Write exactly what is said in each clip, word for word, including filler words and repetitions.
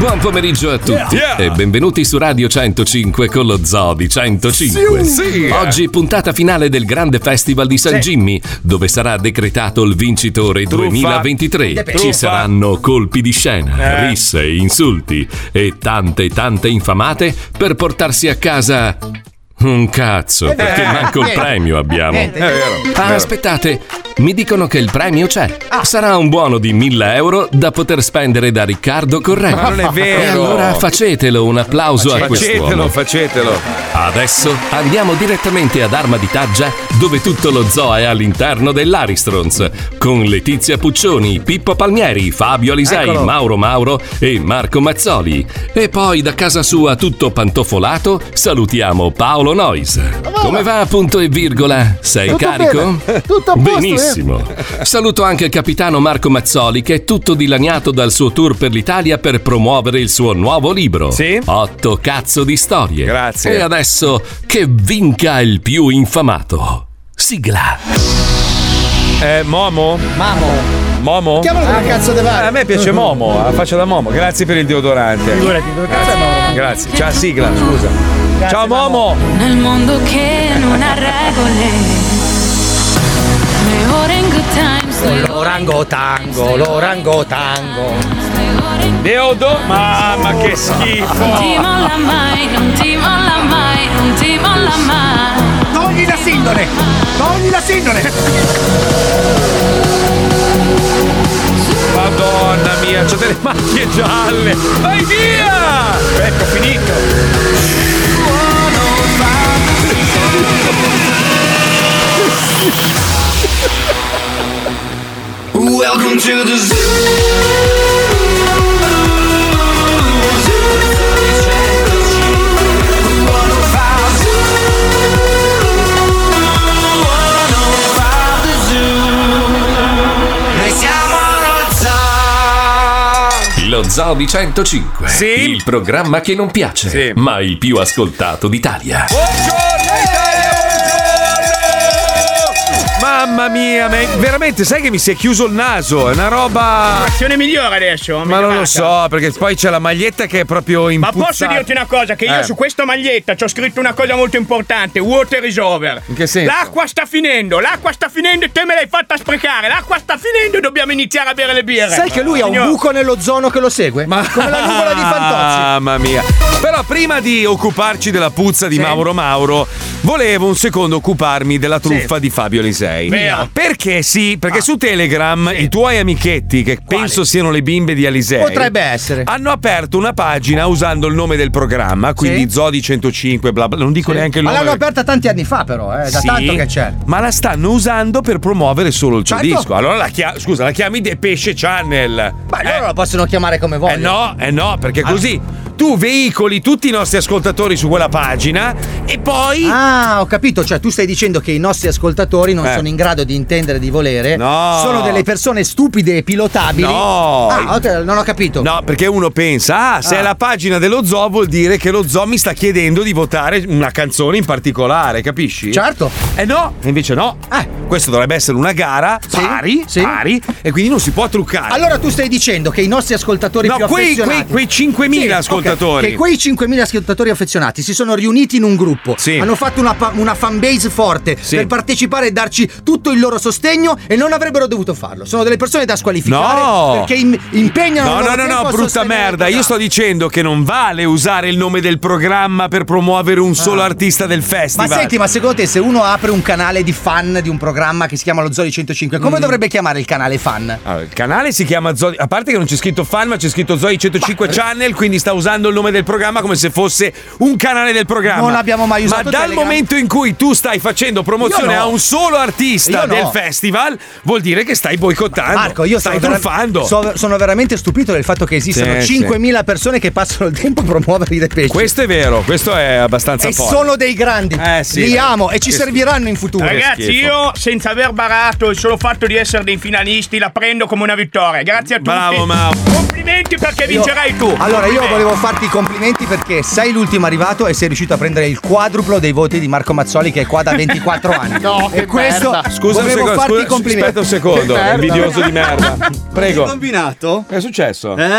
Buon pomeriggio a tutti Yeah. e benvenuti su Radio centocinque con lo Zoo di centocinque. Sì. Oggi puntata finale del grande festival di San Sì. Jimmy, dove sarà decretato il vincitore Truffa. duemilaventitré. Truffa. Ci saranno colpi di scena, Eh. risse, insulti e tante tante infamate per portarsi a casa un cazzo, Eh, perché eh, manco il niente. premio abbiamo. Niente. È vero, è Ah, vero. aspettate, mi dicono che il premio c'è. Sarà un buono di mille euro da poter spendere da Riccardo Correo. Ma non è vero. E allora facetelo un applauso a Facetelo, quest'uomo. facetelo. Adesso andiamo direttamente ad Arma di Taggia, dove tutto lo zoo è all'interno dell'Aristrons, con Letizia Puccioni, Pippo Palmieri, Fabio Alisei, Eccolo. Mauro Mauro e Marco Mazzoli. E poi da casa sua tutto pantofolato salutiamo Paolo Nois. Come va, punto e virgola? Sei Tutto carico? bene. Tutto a posto, Benissimo. Saluto anche il capitano Marco Mazzoli, che è tutto dilaniato dal suo tour per l'Italia per promuovere il suo nuovo libro. Sì? Otto cazzo di storie. Grazie. E adesso che vinca il più infamato. Sigla. Eh, Momo? Mamo. Momo? Chiamalo come cazzo te Eh, pare. a me piace Momo, la faccia da Momo. Grazie per il deodorante. Figurati, dove cazzo è Mamo? Grazie. Ciao sigla, scusa. Ciao Momo. Nel mondo che non ha regole. Le ore in good times, le ore L'orango tango, l'orango tango. Deodo? Mamma che schifo. non ti molla mai, non ti molla mai, non ti molla mai. Togli la sindone! Togli la sindone! Madonna mia, c'ho delle macchie gialle. Vai via! Ecco, finito. Welcome to the zoo. Lo Zoo di centocinque. Sì? Il programma che non piace, Sì. ma il più ascoltato d'Italia. Buongiorno Italia, buongiorno! Mamma mia, ma è- veramente sai che mi si è chiuso il naso, è una roba. Azione migliore adesso. Ma non lo migliorata. so, perché poi c'è la maglietta che è proprio Ma impuzzata. posso dirti una cosa? Che io Eh. su questa maglietta ci ho scritto una cosa molto importante: water is over. In che senso? L'acqua sta finendo, l'acqua sta finendo e te me l'hai fatta sprecare. L'acqua sta finendo e dobbiamo iniziare a bere le birre. Sai che lui ha un Signor- buco nell'ozono che lo segue? Ma- Come la nuvola di Fantozzi. Mamma mia. Però prima di occuparci della puzza di Sì. Mauro Mauro, volevo un secondo occuparmi della truffa Sì. di Fabio Lisei. Vero. Perché sì, perché Ah. su Telegram i tuoi amichetti, che penso siano le bimbe di Alisei, Potrebbe essere. hanno aperto una pagina usando il nome del programma, quindi Sì. Zodi centocinque, bla bla, non dico Sì. neanche il Ma nome. l'hanno aperta tanti anni fa, però, eh, da Sì, tanto che c'è. Ma la stanno usando per promuovere solo il suo Certo. disco. Allora la chia- scusa, la chiami The Pesce Channel. Ma Eh. loro la possono chiamare come Eh vogliono. no, eh no, perché così tu veicoli tutti i nostri ascoltatori su quella pagina e poi. Ah, ho capito, cioè tu stai dicendo che i nostri ascoltatori non Eh. sono in grado di intendere, di volere. No. Sono delle persone stupide e pilotabili. No. Ah, ok, non ho capito. No, perché uno pensa, ah, se Ah. è la pagina dello zoo vuol dire che lo zoo mi sta chiedendo di votare una canzone in particolare, capisci? Certo. Eh no, e invece no. Eh. Questo dovrebbe essere una gara Sì, pari, sì. pari, e quindi non si può truccare. Allora tu stai dicendo che i nostri ascoltatori No, più quei- affezionati quei- quei cinquemila Sì, ok, ascoltatori. che quei cinquemila ascoltatori affezionati si sono riuniti in un gruppo, Sì. hanno fatto una, pa- una fanbase forte Sì. per partecipare e darci tutto il loro sostegno e non avrebbero dovuto farlo. Sono delle persone da squalificare No. perché im- impegnano No, il no, loro no, tempo no, a brutta sostenere merda. il Io sto programma. dicendo che non vale usare il nome del programma per promuovere un solo artista del Ma festival. senti, ma secondo te se uno apre un canale di fan di un programma che si chiama lo Zodi centocinque, Mm. come dovrebbe chiamare il canale fan? Allora, il canale si chiama Zodi, a parte che non c'è scritto fan, ma c'è scritto Zodi centocinque Channel, quindi sta usando il nome del programma come se fosse un canale del programma. Non abbiamo mai usato Ma dal Telegram. momento in cui tu stai facendo promozione Io no. a un solo artista Io no. del festival, vuol dire che stai boicottando. Marco, io stai sono vera- truffando. so- sono veramente stupito del fatto che esistano Sì, cinquemila persone che passano il tempo a promuovere i The Pesci. Questo è vero, questo è abbastanza E forte. sono dei grandi. Eh, sì. Li amo e ci Che serviranno in futuro. Ragazzi, schifo. io senza aver barato il solo fatto di essere dei finalisti la prendo come una vittoria. Grazie a tutti. Bravo, Mauro. Complimenti perché Io- vincerai tu. Allora, io Complimenti. volevo farti i complimenti perché sei l'ultimo arrivato e sei riuscito a prendere il quadruplo dei voti di Marco Mazzoli, che è qua da ventiquattro anni. No, e che questo merda. Scusa un volevo secondo, farti scusa, i complimenti. aspetta un secondo, Che merda. invidioso di merda. Hai Prego. combinato? Che è successo? Eh?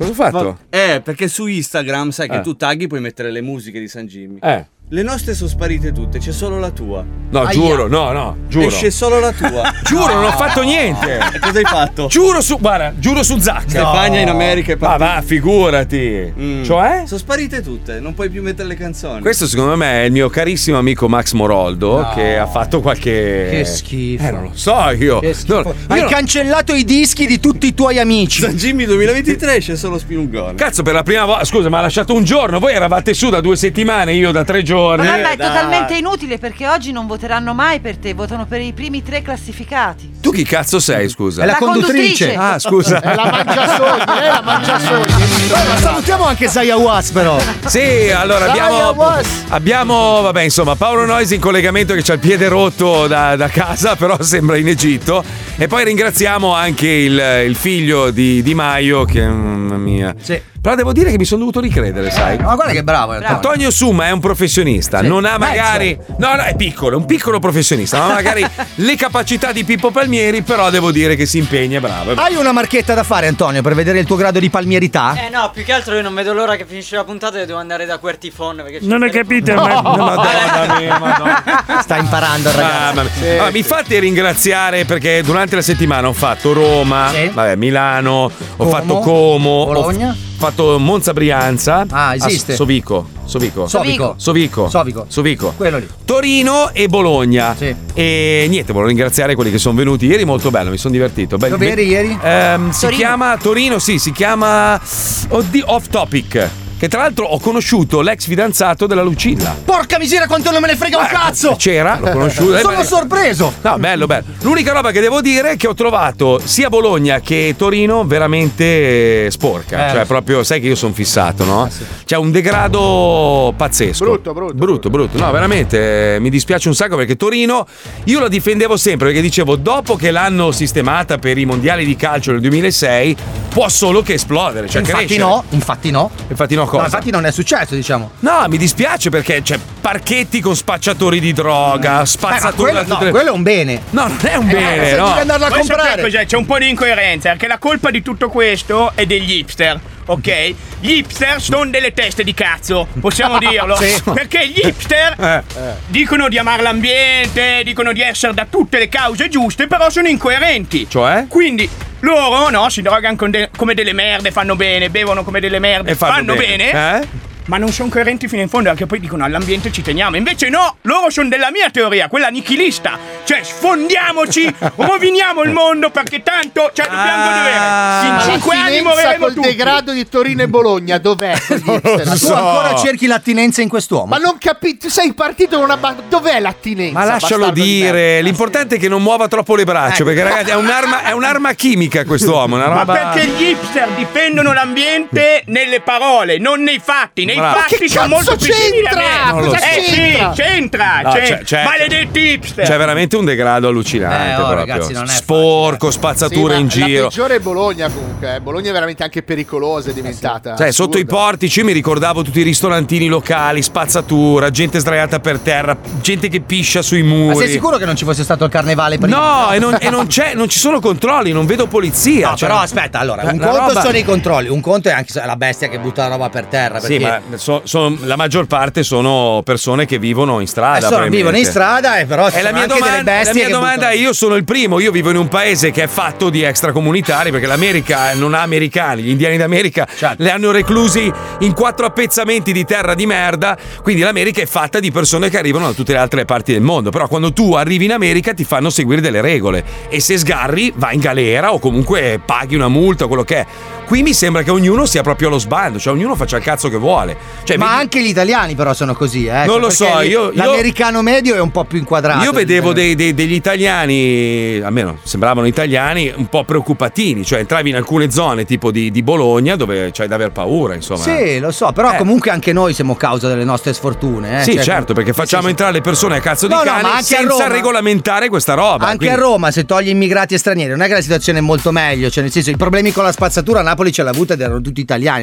Cosa ho fatto? Eh, perché su Instagram sai che Eh. tu tagli puoi mettere le musiche di San Jimmy. Eh. Le nostre sono sparite tutte, c'è solo la tua. No, Aia. giuro, no, no, giuro. Esce solo la tua. Giuro, non ho fatto niente. E cosa hai fatto? Giuro su, guarda, giuro su Zacca. Stefania in America è Ma partita. va, figurati. Mm. Cioè? Sono sparite tutte, non puoi più mettere le canzoni. Questo secondo me è il mio carissimo amico Max Moroldo che ha fatto qualche... Che schifo. Eh, non lo so io. Che schifo. No, Hai io non- cancellato i dischi di tutti i tuoi amici. San Jimmy duemilaventitré c'è solo Spinungone. Cazzo, per la prima volta... Scusa, ma ha lasciato un giorno. Voi eravate su da due settimane, io da tre giorni. Ma vabbè, è Dai. totalmente inutile perché oggi non voteranno mai per te, votano per i primi tre classificati. Tu chi cazzo sei, scusa? È la La conduttrice. conduttrice. Ah, scusa. È la mangiasogni, lei la mangiasogni. Ma salutiamo anche Zaya Was però. Sì, allora Dai, abbiamo, Awas. abbiamo, vabbè, insomma, Paolo Noisi in collegamento che c'ha il piede rotto da, da casa, però sembra in Egitto. E poi ringraziamo anche il, il figlio di Di Maio, che mamma mia. Sì. Però devo dire che mi sono dovuto ricredere, sai? Ma guarda che bravo. Antonio. Antonio Summa è un professionista, Sì. non ha magari. Mezzo. No, no, è piccolo, è un piccolo professionista, non ha magari le capacità di Pippo Palmieri, però devo dire che si impegna, è bravo. è bravo. Hai una marchetta da fare, Antonio, per vedere il tuo grado di palmierità? Eh no, più che altro io non vedo l'ora che finisce la puntata e devo andare da Quertifon perché c'è Non il hai capito, telefono. ma- no, Madonna mia, Madonna. Sta imparando il ragazzo. Ah, vabbè. Ah, mi fate ringraziare perché durante la settimana ho fatto Roma, Sì. vabbè, Milano, ho Como, fatto Como, ho Bologna. fatto Monza Brianza. Ah, esiste. Ah, Sovico, Sovico. Sovico. Sovico. Sovico. Sovico. Quello lì. Torino e Bologna. Sì. E niente, volevo ringraziare quelli che sono venuti ieri, molto bello, mi sono divertito. Belli- Dove eri ieri? Ehm, si Torino. chiama Torino, sì, si chiama Oddio, Off Topic. Che tra l'altro ho conosciuto l'ex fidanzato della Lucilla. Porca miseria, quanto non me ne frega un cazzo! C'era, l'ho conosciuto. eh, Sono beh, sorpreso! No, bello, bello. L'unica roba che devo dire è che ho trovato sia Bologna che Torino veramente sporca. Eh, cioè, sì. proprio, sai che io sono fissato, no? C'è un degrado pazzesco. Brutto, brutto. Brutto, brutto. No, veramente, eh, mi dispiace un sacco perché Torino io la difendevo sempre perché dicevo, dopo che l'hanno sistemata per i mondiali di calcio nel duemilasei, può solo che esplodere. Cioè, infatti crescere. no, infatti no. Infatti no, cosa? No, infatti non è successo, diciamo. No, mi dispiace perché c'è parchetti con spacciatori di droga, Eh, ma spazzatura quello, da no, tutte le- quello è un bene. No, non è un bene, se no. devi andarla a Voi sapete comprare. cos'è? C'è un po' di incoerenza, perché la colpa di tutto questo è degli hipster, ok? Gli hipster sono delle teste di cazzo, possiamo dirlo. Sì. Perché gli hipster Eh. dicono di amare l'ambiente, dicono di essere da tutte le cause giuste, però sono incoerenti. Cioè? Quindi loro, no, si drogano con de- come delle merde, fanno bene, bevono come delle merde, E fanno bene. Eh? ma non sono coerenti fino in fondo, perché poi dicono all'ambiente ci teniamo. Invece no, loro sono della mia teoria, quella nichilista. Cioè sfondiamoci, roviniamo il mondo perché tanto cioè, dobbiamo Ah. godere. In cinque anni L'attinenza moriremo col tutti. degrado di Torino e Bologna, dov'è? Non lo Tu so. ancora cerchi l'attinenza in quest'uomo. Ma non capito, sei partito con una ba- dov'è l'attinenza? Ma lascialo bastardo di merda? dire, l'importante è che non muova troppo le braccia, perché ragazzi è un'arma, è un'arma chimica quest'uomo, una Ma roba. perché gli hipster difendono l'ambiente nelle parole, non nei fatti. Nei Bravo. fatti Ma che sono cazzo molto più simili a c'entra? me. Non lo Cosa so. Eh c'entra? sì, c'entra. No, c'è- c'è- c'è- Maledetti hipster. C'è veramente un degrado allucinante Eh, oh, proprio. ragazzi, non è Sporco, Sì, spazzature ma in La giro. peggiore è Bologna comunque. eh. Bologna è veramente anche pericolosa, è diventata. Cioè, sotto i assurda. portici io mi ricordavo tutti i ristorantini locali, spazzatura, gente sdraiata per terra, gente che piscia sui muri. Ma sei sicuro che non ci fosse stato il carnevale prima? No, e non, e non c'è, non ci sono controlli, non vedo polizia. No, cioè- però aspetta, allora, La- un la conto roba- sono i controlli, un conto è anche la bestia che butta la roba per terra. Sì, perché ma so- so- la maggior parte sono persone che vivono in strada. eh, sono, probabilmente. vivono in strada e però ci E la sono mia anche delle domanda, la bestie mia che domanda buttano- è: io sono il primo, io vivo in un paese che è fatto di extracomunitari perché l'America non ha americani, gli indiani d'America Certo. le hanno reclusi in quattro appezzamenti di terra di merda, quindi l'America è fatta di persone che arrivano da tutte le altre parti del mondo, però quando tu arrivi in America ti fanno seguire delle regole e se sgarri vai in galera o comunque paghi una multa o quello che è. Qui mi sembra che ognuno sia proprio allo sbando, cioè ognuno faccia il cazzo che vuole. Cioè, Ma vedi- anche gli italiani però sono così, eh. Non lo perché so, lì io- io- l'americano medio è un po' più inquadrato. Io vedevo dei- dei- degli italiani, almeno sembravano italiani, un po' preoccupatini, cioè entravi in alcune zone tipo di, di Bologna dove c'hai da aver paura, insomma. Sì, lo so, però Eh. comunque anche noi siamo causa delle nostre sfortune. Eh? Sì, Cioè, certo, perché facciamo sì, sì. entrare le persone a cazzo di No, no, cane ma anche a senza Roma- regolamentare questa roba. Anche quindi- a Roma, se togli immigrati e stranieri, non è che la situazione è molto meglio. Cioè, nel senso, i problemi con la spazzatura a Napoli ce l'ha avuta ed erano tutti italiani, non è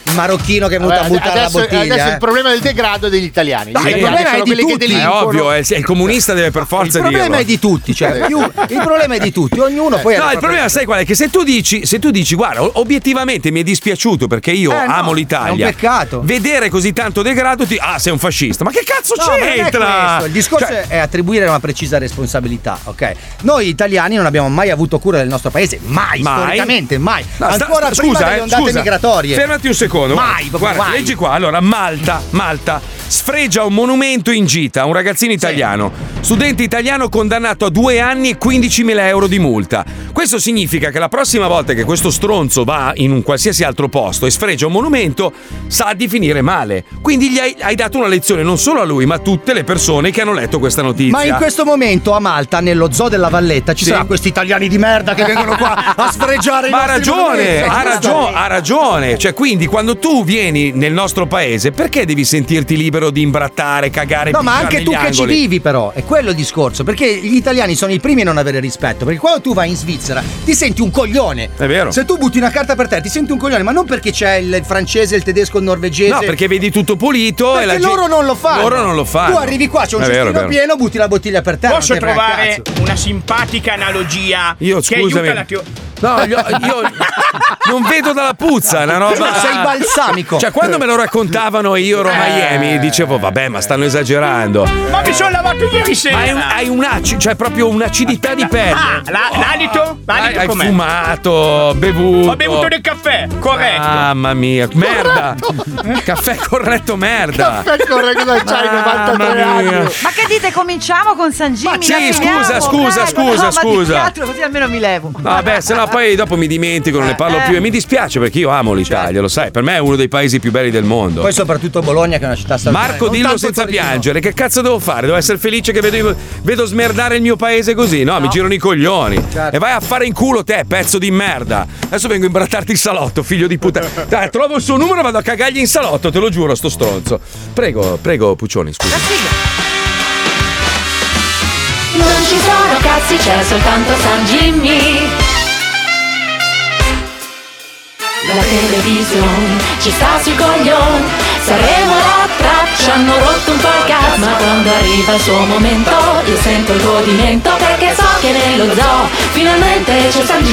il marocchino che è venuto Vabbè, a buttare adesso, la bottiglia. Adesso eh. il problema è il degrado degli italiani. No, Gli il italiani problema sono è di quelli che tutti. È delinquono. ovvio, è, il comunista deve per forza Il problema dirlo. è di tutti, cioè, più, il problema è di tutti, ognuno poi ha No, le il proprie- problema sai qual è? Che se tu dici, se tu dici, guarda, o- obiettivamente mi è dispiaciuto perché io Eh, no, amo è l'Italia. un peccato. Vedere così tanto degrado, ti, ah, sei un fascista. Ma che cazzo No, ma non è c'entra? questo. Il discorso Cioè, è attribuire una precisa responsabilità, ok? Noi italiani non abbiamo mai avuto cura del nostro paese, mai, Mai? storicamente, mai. no, sta- Ancora sta- prima scusa, delle eh, ondate scusa. migratorie. Fermati un secondo. Mai, guarda, proprio mai. leggi qua. Allora, Malta, Malta sfregia un monumento in gita, un ragazzino italiano, studente italiano condannato a due anni e quindicimila euro di multa. Questo significa che la prossima volta che questo stronzo va in un qualsiasi altro posto e sfregia un monumento, sa di finire male. Quindi gli hai, hai dato una lezione non solo a lui, ma a tutte le persone che hanno letto questa notizia. Ma in questo momento a Malta, nello zoo della Valletta, ci Sì. saranno questi italiani di merda che vengono qua a sfregiare i Ma ha nostri ragione, monumenti. ha ragione, ha ragione. Cioè, quindi quando tu vieni nel nostro paese, perché devi sentirti libero di imbrattare, cagare, No, ma pisciare anche negli tu che ci angoli? vivi, però, è quello il discorso. Perché gli italiani sono i primi a non avere rispetto. Perché quando tu vai in Svizzera ti senti un coglione. È vero. Se tu butti una carta per te, ti senti un coglione, ma non perché c'è il francese, il tedesco, il norvegese. No, perché vedi tutto pulito Perché e la loro gente- non lo fanno. Loro non lo fanno. Tu arrivi qua, c'è un È vero, è cestino vero. pieno, butti la bottiglia per te. Posso non te frega un trovare cazzo. una simpatica analogia Io, che scusami. aiuta la teo- No, io, io non vedo dalla puzza, è una roba. Sei balsamico. Cioè, quando me lo raccontavano e io ero a Miami, dicevo, vabbè, ma stanno esagerando. Ma mi sono lavato ieri sera. Ma hai, un, hai un'aci- cioè proprio un'acidità di pelle. Ah, la- l'alito? L'alito hai com'è? fumato, bevuto. Ho bevuto del caffè, corretto. Mamma mia, merda. Caffè corretto, merda. Caffè corretto, cosa c'hai, novantatré Mamma mia. anni? Ma che dite, cominciamo con San Gimmi? Ma sì, La finiamo, scusa, scusa, prego. scusa, No, ma di scusa. teatro, così almeno mi levo. Vabbè, se no poi dopo mi dimentico, non ne parlo Eh. più e mi dispiace perché io amo l'Italia, lo sai, per me è uno dei paesi più belli del mondo. Poi soprattutto Bologna, che è una città straordinaria. Marco, Non dillo tanto senza Torino. piangere, che cazzo devo fare? Devo essere felice che vedo, vedo smerdare il mio paese così? No, mi girano i coglioni. Certo. E vai a fare in culo te, pezzo di merda. Adesso vengo a imbrattarti in salotto, figlio di puttana. Dai, trovo il suo numero e vado a cagargli in salotto, te lo giuro, sto stronzo. Prego, prego, Puccioni, scusa. Non ci sono cazzi, c'è soltanto San Jimmy. La televisione ci sta sui coglioni. Saremo la traccia, ci hanno rotto un po' il cazzo. Ma quando arriva il suo momento io sento il godimento, perché so che nello zoo finalmente c'è San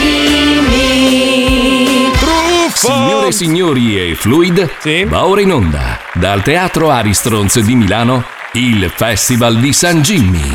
Jimmy. Signore e signori e Fluid, Sì? va ora in onda dal Teatro Aristrons di Milano il Festival di San Jimmy.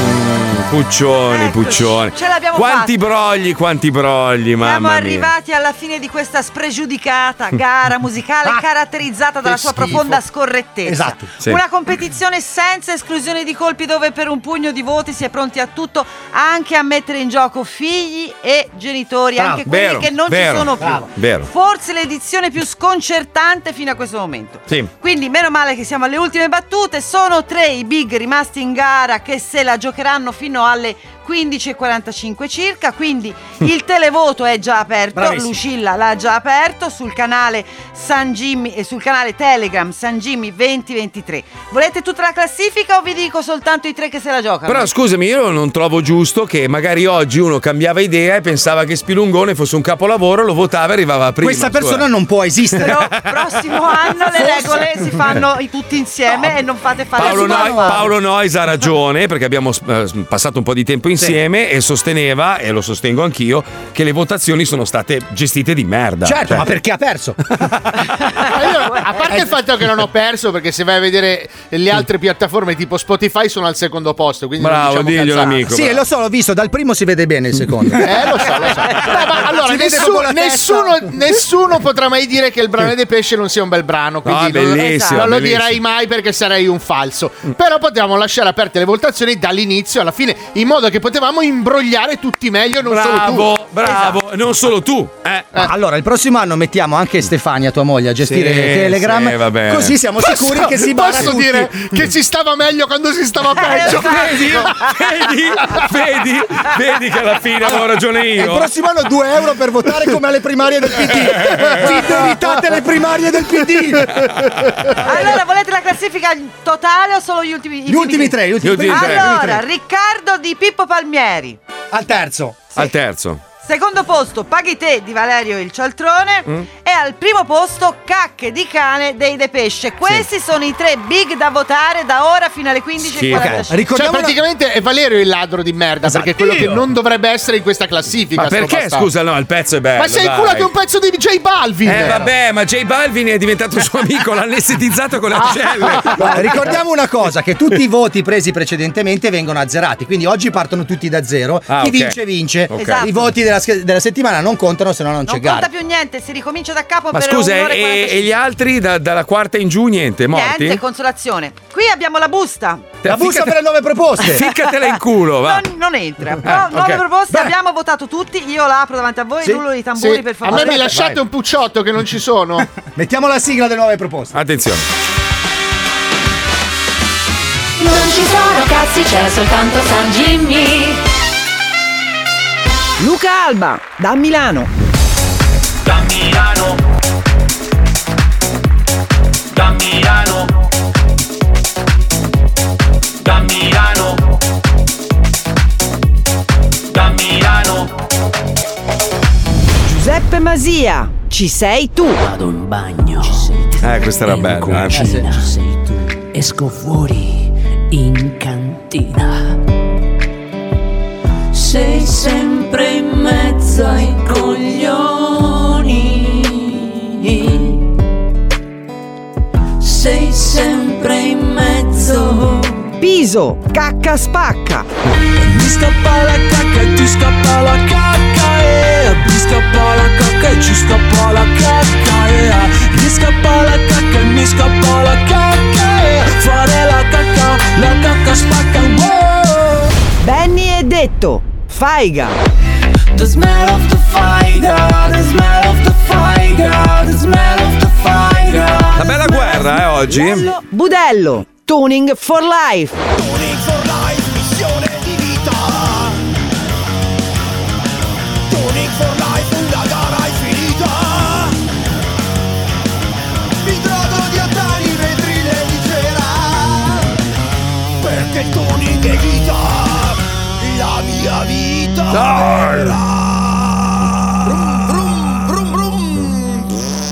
Puccioni, Eccoci, Puccioni. ce l'abbiamo Quanti fatta. brogli, quanti brogli, mamma Siamo mia. arrivati alla fine di questa spregiudicata gara musicale caratterizzata dalla sua schifo. profonda scorrettezza. Esatto. Sì. Una competizione senza esclusione di colpi, dove per un pugno di voti si è pronti a tutto, anche a mettere in gioco figli e genitori, Bravo. anche quelli Vero, che non vero, ci sono più. bravo. Vero. Forse l'edizione più sconcertante fino a questo momento. Sì. Quindi meno male che siamo alle ultime battute. Sono tre i big rimasti in gara che se la giocheranno fino alle quindici e quarantacinque circa, quindi il televoto è già aperto. Bravissimo. Lucilla l'ha già aperto sul canale San Jimmy e sul canale Telegram San Jimmy venti ventitré. Volete tutta la classifica o vi dico soltanto i tre che se la giocano? Però scusami, io non trovo giusto che magari oggi uno cambiava idea e pensava che Spilungone fosse un capolavoro, lo votava e arrivava prima. Questa scusa. persona non può esistere. Però prossimo anno le regole si fanno i- tutti insieme e non fate fare Paolo, il Noi- manuale. Paolo Noyes ha ragione, perché abbiamo eh, passato un po' di tempo insieme e sosteneva, e lo sostengo anch'io, che le votazioni sono state gestite di merda. Certo, Cioè, ma perché ha perso? Ma io, a parte il fatto che non ho perso, perché se vai a vedere le altre piattaforme tipo Spotify sono al secondo posto, quindi non Bravo, diciamo diglielo, cazzate. amico. Sì, lo so, l'ho visto, dal primo si vede bene il secondo. Eh, lo so, lo so. No, ma allora, Si vede nessuno, proprio la nessuno, testa. nessuno potrà mai dire che il brano dei pesce non sia un bel brano. Quindi No, è non- bellissimo, non lo bellissimo. direi mai perché sarei un falso. Però potevamo lasciare aperte le votazioni dall'inizio alla fine, in modo che potevamo imbrogliare tutti meglio, non solo Bravo, tu. bravo, non solo tu. Eh. Allora, il prossimo anno mettiamo anche Stefania, tua moglie, a gestire Sì, Telegram. sì, va bene. Così siamo sicuri Posso- che si bara Posso tutti. dire che si stava meglio quando si stava peggio. Vedi, vedi, vedi, vedi che alla fine avevo ragione E il io. prossimo anno due euro per votare come alle primarie del P D. Vi evitate le primarie del P D. Allora, volete la classifica totale o solo gli ultimi? Gli ultimi tre, gli ultimi Gli ultimi tre. tre. Allora, Riccardo di Pippo Palmieri. Al terzo. Al terzo. Secondo posto Paghi te di Valerio il Cialtrone mm. e al primo posto Cacche di cane dei Depeche. Questi sì. sono i tre big da votare da ora fino alle quindici e quarantacinque. Cioè praticamente è Valerio il ladro di merda, esatto, perché è quello io. che non dovrebbe essere in questa classifica. Ma perché scusa, no, il pezzo è bello. Ma sei inculato un pezzo di J Balvin. Eh vabbè, ma J Balvin è diventato suo amico, l'ha anestetizzato con le ascelle. Ricordiamo una cosa, che tutti i voti presi precedentemente vengono azzerati, quindi oggi partono tutti da zero. Ah, chi okay. vince vince. Okay. Esatto. I voti della, della settimana non contano, se no non, non c'è gara. Non conta più niente, si ricomincia da capo. Ma per scusa, un'ora e, e gli altri da, dalla quarta in giù niente, morti? Niente, consolazione. Qui abbiamo la busta. La busta per le nuove proposte. Ficcatela in culo, va. Non, non entra. Eh, No, nuove okay. proposte, Beh. abbiamo votato tutti. Io la apro davanti a voi. Sì, Rullo di tamburi, sì. per A favore. me mi lasciate Vai. un pucciotto che non ci sono. Mettiamo la sigla delle nuove proposte. Attenzione. Non ci sono cazzi, c'è soltanto San Jimmy. Luca Alba, da Milano. Da Milano. Da Milano. Da Milano. Da Milano. Giuseppe Masia, ci sei tu. Vado in bagno. Ci sei tu. Eh, questa era bella. In cucina. Eh. Ci sei tu. Esco fuori in cantina. Sei sempre in mezzo ai coglioni. Sei sempre in mezzo. Piso, cacca spacca. Mi scappa la cacca e ti scappa la cacca, eh. Mi scappa la cacca e ci scappa la cacca, eh. Mi scappa la cacca e mi scappa la cacca, eh. Fare la cacca, la cacca spacca, wow. Benny e Detto, Faiga. The smell of the faiga, the smell of the faiga, the smell of the faiga. Una bella guerra, eh, oggi. Budello, Budello, Tuning for Life. Tuning for life, missione di vita. Tuning for life, una gara infinita. Mi trovo di ottani, vetrile di cera. Perché il tuning è vita, la mia vita vera. Brum, brum, brum, brum.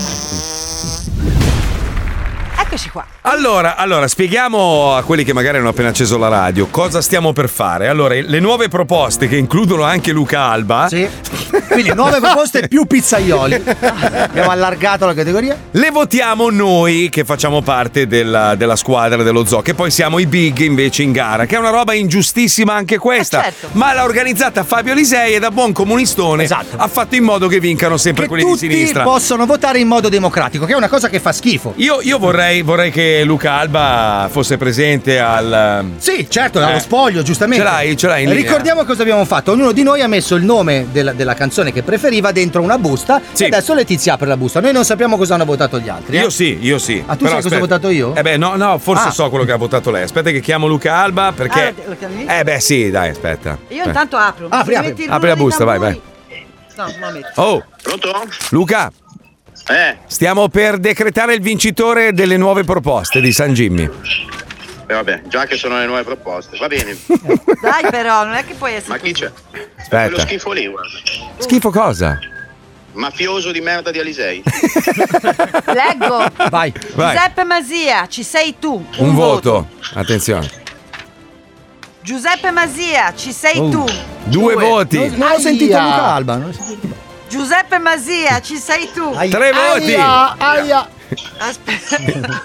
Eccoci qua. Allora, allora, spieghiamo a quelli che magari hanno appena acceso la radio cosa stiamo per fare. Allora, le nuove proposte che includono anche Luca Alba. Sì. Quindi nuove proposte più pizzaioli. Abbiamo allargato la categoria. Le votiamo noi che facciamo parte della, della squadra dello zoo, che poi siamo i big invece in gara, che è una roba ingiustissima anche questa. Eh, certo. Ma l'ha organizzata Fabio Lisei e da buon comunistone Esatto. ha fatto in modo che vincano sempre Che quelli di tutti sinistra. possono votare in modo democratico, che è una cosa che fa schifo. Io, io vorrei, vorrei che Luca Alba fosse presente al. Sì, certo, allo Eh. spoglio, giustamente. Ce l'hai, ce l'hai in linea? Ricordiamo cosa abbiamo fatto. Ognuno di noi ha messo il nome della, della canzone che preferiva dentro una busta. Sì. E adesso Letizia apre la busta. Noi non sappiamo cosa hanno votato gli altri. eh. Io sì, io sì. Ah, tu Però sai cosa ho aspetta. votato io? Eh beh, no, no, forse Ah. so quello che ha votato lei. Aspetta che chiamo Luca Alba perché. Ah, lo- lo chiami? Eh beh, sì, dai, aspetta. Io Eh. intanto apro. Apri, Se apri. metti il Apri la rullo di busta, vai, tamburi- No, non lo metto. Oh, Pronto? Luca, Eh, stiamo per decretare il vincitore delle nuove proposte di San Jimmy. eh, vabbè, già che sono le nuove proposte, va bene. Dai però, non è che puoi essere Ma chi così. c'è? Aspetta. Quello schifo lì, guarda. Schifo cosa? Mafioso di merda di Alisei. Leggo. Vai. Vai. Giuseppe Masia, ci sei tu. Un voto. Attenzione. Giuseppe Masia, ci sei Uh, tu. Due voti. Non, non ho Aia. sentito Luca Alba. Non ho sentito. Giuseppe Masia, ci sei tu. Aia. Tre voti. Aia, aia. Aspetta.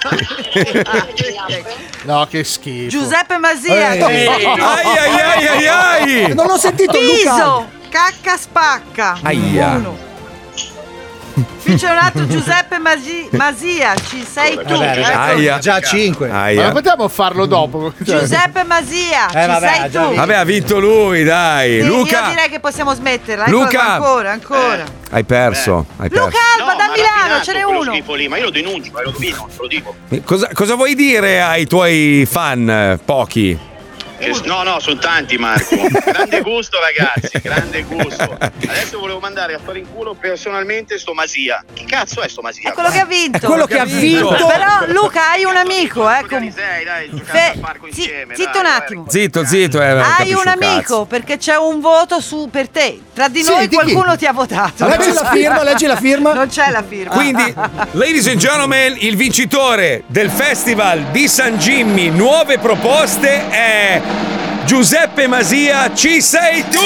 No, che schifo. Giuseppe Masia. Eh. ci sei tu. Ai ai ai ai ai. Non ho sentito Luca Alba. Piso, cacca spacca. Aia. Uno. Qui c'è un altro Giuseppe Masi- Masia, ci sei tu. Vabbè, ecco. Aia. Già cinque. Ma Aia. non potevamo farlo dopo. Giuseppe Masia, Eh, ci vabbè, sei già tu. vi- Vabbè, ha vinto lui, dai. Sì, Luca. Io direi che possiamo smetterla. Ecco, Luca. ancora, ancora. Hai perso. Hai perso. Luca Alba No, da ma Milano, raffinato ce n'è quello uno. schifo lì, ma io lo denuncio, ma lo denuncio, te lo dico. Cosa, cosa vuoi dire ai tuoi fan eh, pochi? Che- No, no, sono tanti, Marco. Grande gusto, ragazzi, grande gusto. Adesso volevo mandare a fare in culo personalmente sto Masia. Che cazzo è sto Masia? È quello che ha vinto. È quello che ha vinto. Però Luca, hai un amico, eh. com- Dai, Fe- zi- zitto un attimo. Zitto, zitto. Eh, non Hai capisci un amico cazzo. perché c'è un voto su per te. Tra di Sì, noi di chi? qualcuno ti ha votato. Leggi la firma, leggi la firma. Non c'è la firma. Quindi, ladies and gentlemen, il vincitore del Festival di San Jimmy Nuove Proposte è Giuseppe Masia. Ci sei tu!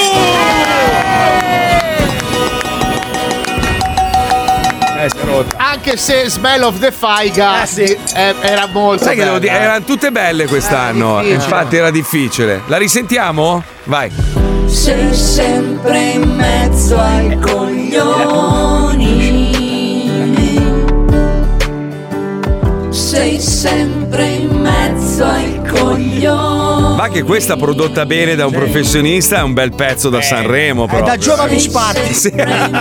Eh, si è rotto. Anche se Smell of the Faiga Eh, sì. eh, era molto Sai che devo bella. dire, erano tutte belle quest'anno. difficile. Infatti era difficile. La risentiamo? Vai. Sei sempre in mezzo ai coglioni. Sei sempre in mezzo ai coglioni. Ma che questa prodotta bene da un professionista è un bel pezzo da Sanremo. È Proprio. da Giovani Sparti. Sì.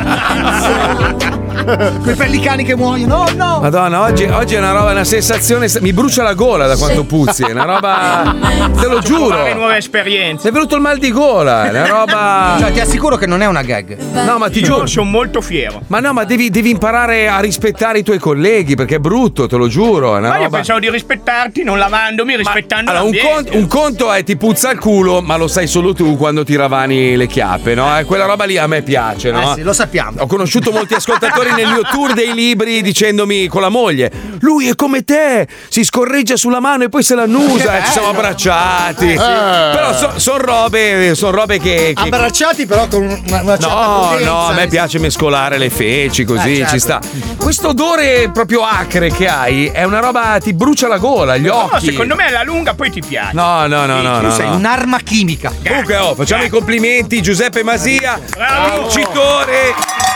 Quei pellicani che muoiono. No, no. Madonna, oggi, oggi è una roba, una sensazione. Mi brucia la gola da quanto puzzi. È una roba. Te lo giuro. Fare nuove esperienze. Mi è venuto il mal di gola. È una roba. Cioè, ti assicuro che non è una gag. No, ma ti Io giuro. sono molto fiero. Ma no, ma devi, devi imparare a rispettare i tuoi colleghi perché è brutto, te lo giuro. È una Ma io roba. pensavo di rispettarti non lavandomi, rispettando Allora, un l'ambiente. conto, un conto è ti puzza il culo, ma lo sai solo tu quando ti ravani le chiappe, no? Eh, quella roba lì a me piace, no? Eh sì, lo sappiamo. Ho conosciuto molti ascoltatori nel mio tour dei libri dicendomi con la moglie: lui è come te, si scorreggia sulla mano e poi se l'annusa. E ci siamo abbracciati. Eh, sì. Però sono son robe, son robe che. che... Abbracciati però con una, una certa No, prudenza, no, a me nel piace mescolare le feci così, Eh, certo. ci sta. Questo odore proprio acre che hai è una roba, ti brucia la gola, gli occhi. No, secondo me alla lunga poi ti piace. No, no, no, no, Tu no. sei no. un'arma chimica. Comunque, oh, facciamo i complimenti, Giuseppe Masia, Bravo. vincitore.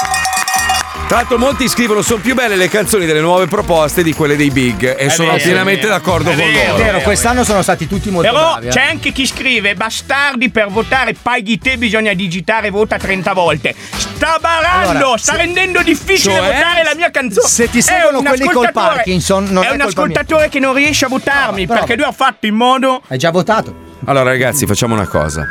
Tra l'altro molti scrivono sono più belle le canzoni delle nuove proposte di quelle dei Big e sono vero, pienamente è vero. d'accordo È con vero, loro. È vero, quest'anno sono stati tutti molto Però bravi. eh. c'è anche chi scrive: bastardi, per votare paghi te, bisogna digitare vota trenta volte. Sta barando, Allora, sta se- rendendo difficile Cioè? votare la mia canzone. Se ti È seguono un quelli col ascoltatore- Parkinson, non è è un colpa ascoltatore che non riesce a votarmi No, però- perché lui ha fatto in modo. Hai già votato? Allora ragazzi, facciamo una cosa.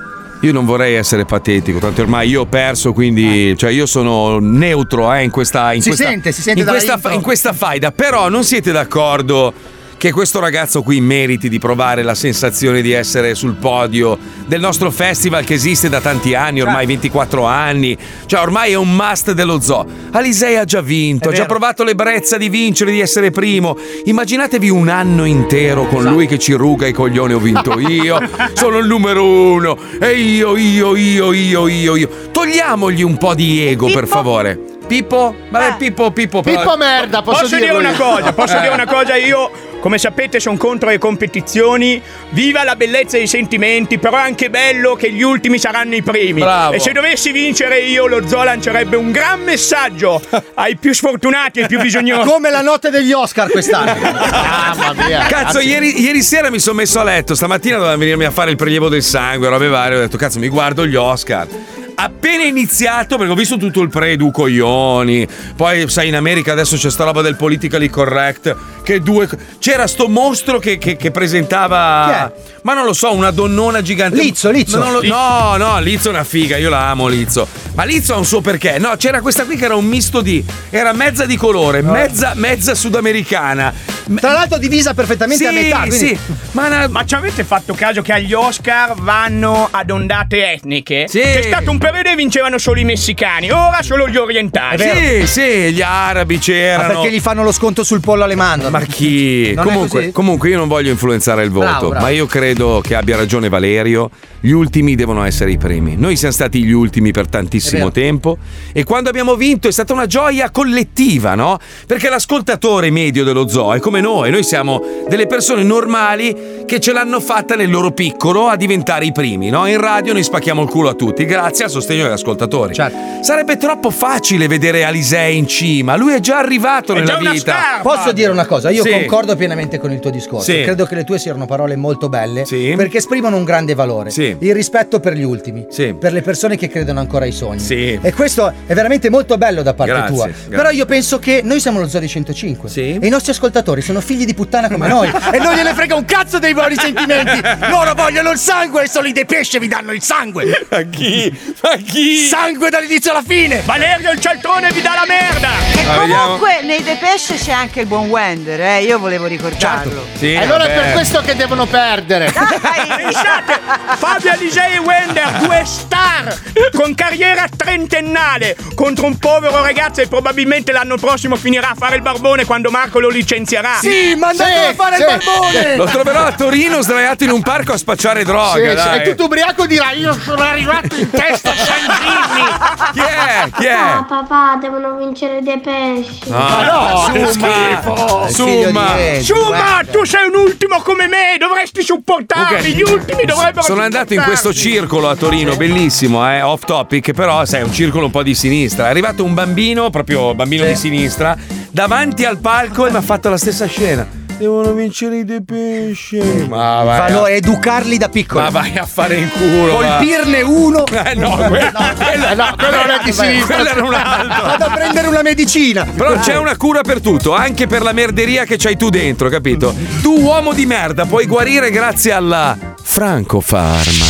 Io non vorrei essere patetico, tanto ormai io ho perso, quindi cioè io sono neutro eh, in questa in Si questa, sente, si sente in dalla questa, intro. in questa faida, però non siete d'accordo che questo ragazzo qui meriti di provare la sensazione di essere sul podio del nostro festival che esiste da tanti anni, ormai ventiquattro anni, cioè ormai è un must dello zoo. Alisei ha già vinto, È ha già vero. provato l'ebbrezza di vincere, di essere primo. Immaginatevi un anno intero con lui che ci ruga i coglioni, ho vinto io, sono il numero uno, e io, io, io, io, io, io. Togliamogli un po' di ego, per Pippo? favore. Pippo? Vabbè, Eh. Pippo, Pippo. però- Pippo merda, posso, Posso dire dirlo una io? cosa, posso Eh. dire una cosa, io come sapete sono contro le competizioni, viva la bellezza dei sentimenti, però è anche bello che gli ultimi saranno i primi. Bravo. E se dovessi vincere io, lo zoo lancerebbe un gran messaggio ai più sfortunati e ai più bisognosi. Come la notte degli Oscar quest'anno. Mamma mia. Cazzo, ieri, ieri sera mi sono messo a letto, stamattina doveva venirmi a fare il prelievo del sangue, robe varie, ho detto cazzo mi guardo gli Oscar. Appena iniziato, perché ho visto tutto il pre-edu coglioni, poi sai in America adesso c'è sta roba del politically correct, che due... C'era sto mostro che, che, che presentava... Ma non lo so, una donnona gigante. Lizzo, Lizzo. Ma non lo- No, no, Lizzo è una figa, io la amo Lizzo. Ma Lizzo ha un suo perché. No, c'era questa qui che era un misto di... Era mezza di colore, mezza, mezza sudamericana. Tra l'altro divisa perfettamente Sì, a metà. quindi- sì. Ma, una- Ma ci avete fatto caso che agli Oscar vanno ad ondate etniche? Sì. C'è stato un periodo e vincevano solo i messicani, ora solo gli orientali. Sì, sì, gli arabi Ma c'erano. perché gli fanno lo sconto sul pollo alle mandorle? Ma chi? Non è Comunque, così? comunque io non voglio influenzare il voto, Bravo, bravo. ma io credo che abbia ragione Valerio. Gli ultimi devono essere i primi. Noi siamo stati gli ultimi per È tantissimo vero. tempo e quando abbiamo vinto è stata una gioia collettiva, no? Perché l'ascoltatore medio dello zoo è come noi, noi siamo delle persone normali che ce l'hanno fatta nel loro piccolo a diventare i primi, no? In radio noi spacchiamo il culo a tutti grazie al sostegno degli ascoltatori. Certo. Sarebbe troppo facile vedere Alisei in cima, lui è già arrivato È nella già una vita. star. Posso dire una cosa? Io Sì. concordo pienamente con il tuo discorso. Sì. Credo che le tue siano parole molto belle Sì. perché esprimono un grande valore. Sì. Il rispetto per gli ultimi, Sì. per le persone che credono ancora ai sogni. Sì. E questo è veramente molto bello da parte Grazie, tua. grazie. Però io penso che noi siamo lo Zoo di centocinque Sì. e i nostri ascoltatori sono figli di puttana come noi e non gliene frega un cazzo dei vostri sentimenti. Loro vogliono il sangue e solo i Depeche vi danno il sangue. Ma chi? Ma chi? Sangue dall'inizio alla fine. Valerio il cialtrone vi dà la merda. E Ma comunque vediamo. nei Depeche c'è anche il buon Wender, eh? Io volevo ricordarlo. Sì, allora è vabbè. per questo che devono perdere. Pensate, Fabio Alisei e Wender, due star con carriera trentennale contro un povero ragazzo e probabilmente l'anno prossimo finirà a fare il barbone quando Marco lo licenzierà. Sì, mandatelo Sì, a fare sì. il barbone. Lo troverò a Torino sdraiato in un parco a spacciare droga. Sì, sì, dai. e tutto ubriaco dirà io sono arrivato in testa a San Jimmy. Chi è? Chi è? Papà, papà, devono vincere dei pesci. Ah, no, che che schifo. È figlio Summa. di Eddie, Suma, guarda. tu sei un ultimo come me, dovresti supportarmi. Ok. Gli ultimi dovrebbero Sono andato in supportarmi. questo circolo a Torino, bellissimo, eh, off topic, però sai, è un circolo un po' di sinistra. È arrivato un bambino, proprio bambino di sinistra, davanti al palco e mi ha fatto la stessa scena. Devono vincere i Depeche. Ma vai. Fanno A... educarli da piccoli. Ma vai a fare in culo. va. Colpirne uno. Eh no, quello, quello, no, quello non è di sinistra. quello era un altro. Vado a prendere una medicina. Però c'è una cura per tutto, anche per la merderia che c'hai tu dentro, capito? Tu, uomo di merda, puoi guarire grazie alla Francofarma.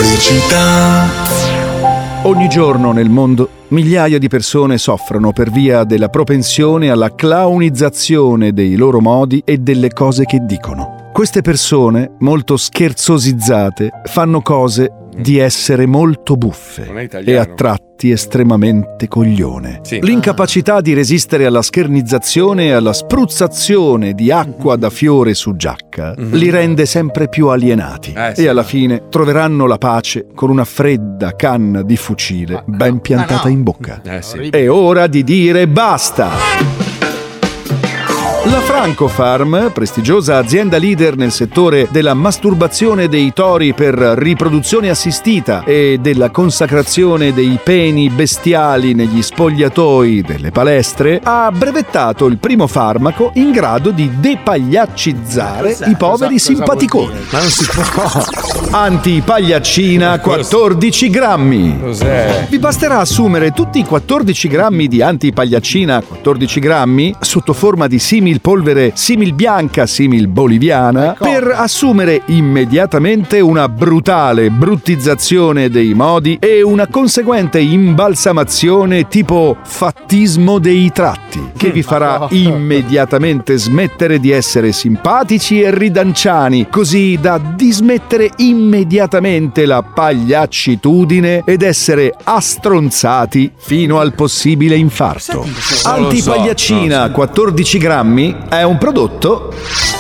Ogni giorno nel mondo migliaia di persone soffrono per via della propensione alla clownizzazione dei loro modi e delle cose che dicono. Queste persone, molto scherzosizzate, fanno cose di essere molto buffe Non è e italiano. a tratti estremamente coglione. Sì. L'incapacità di resistere alla schernizzazione e alla spruzzazione di acqua da fiore su giacca li rende sempre più alienati Eh, sì. e alla fine troveranno la pace con una fredda canna di fucile ben piantata in bocca. Eh sì. È ora di dire basta! La Francofarm, prestigiosa azienda leader nel settore della masturbazione dei tori per riproduzione assistita e della consacrazione dei peni bestiali negli spogliatoi delle palestre, ha brevettato il primo farmaco in grado di depagliaccizzare i poveri cosa- cosa simpaticoni. Ma non si può. Antipagliaccina quattordici grammi. Cos'è? Vi basterà assumere tutti i quattordici grammi di antipagliaccina quattordici grammi sotto forma di simil polvere simil bianca simil boliviana per assumere immediatamente una brutale bruttizzazione dei modi e una conseguente imbalsamazione tipo fattismo dei tratti che vi farà immediatamente smettere di essere simpatici e ridanciani, così da dismettere immediatamente la pagliaccitudine ed essere astronzati fino al possibile infarto. Antipagliaccina quattordici grammi è un prodotto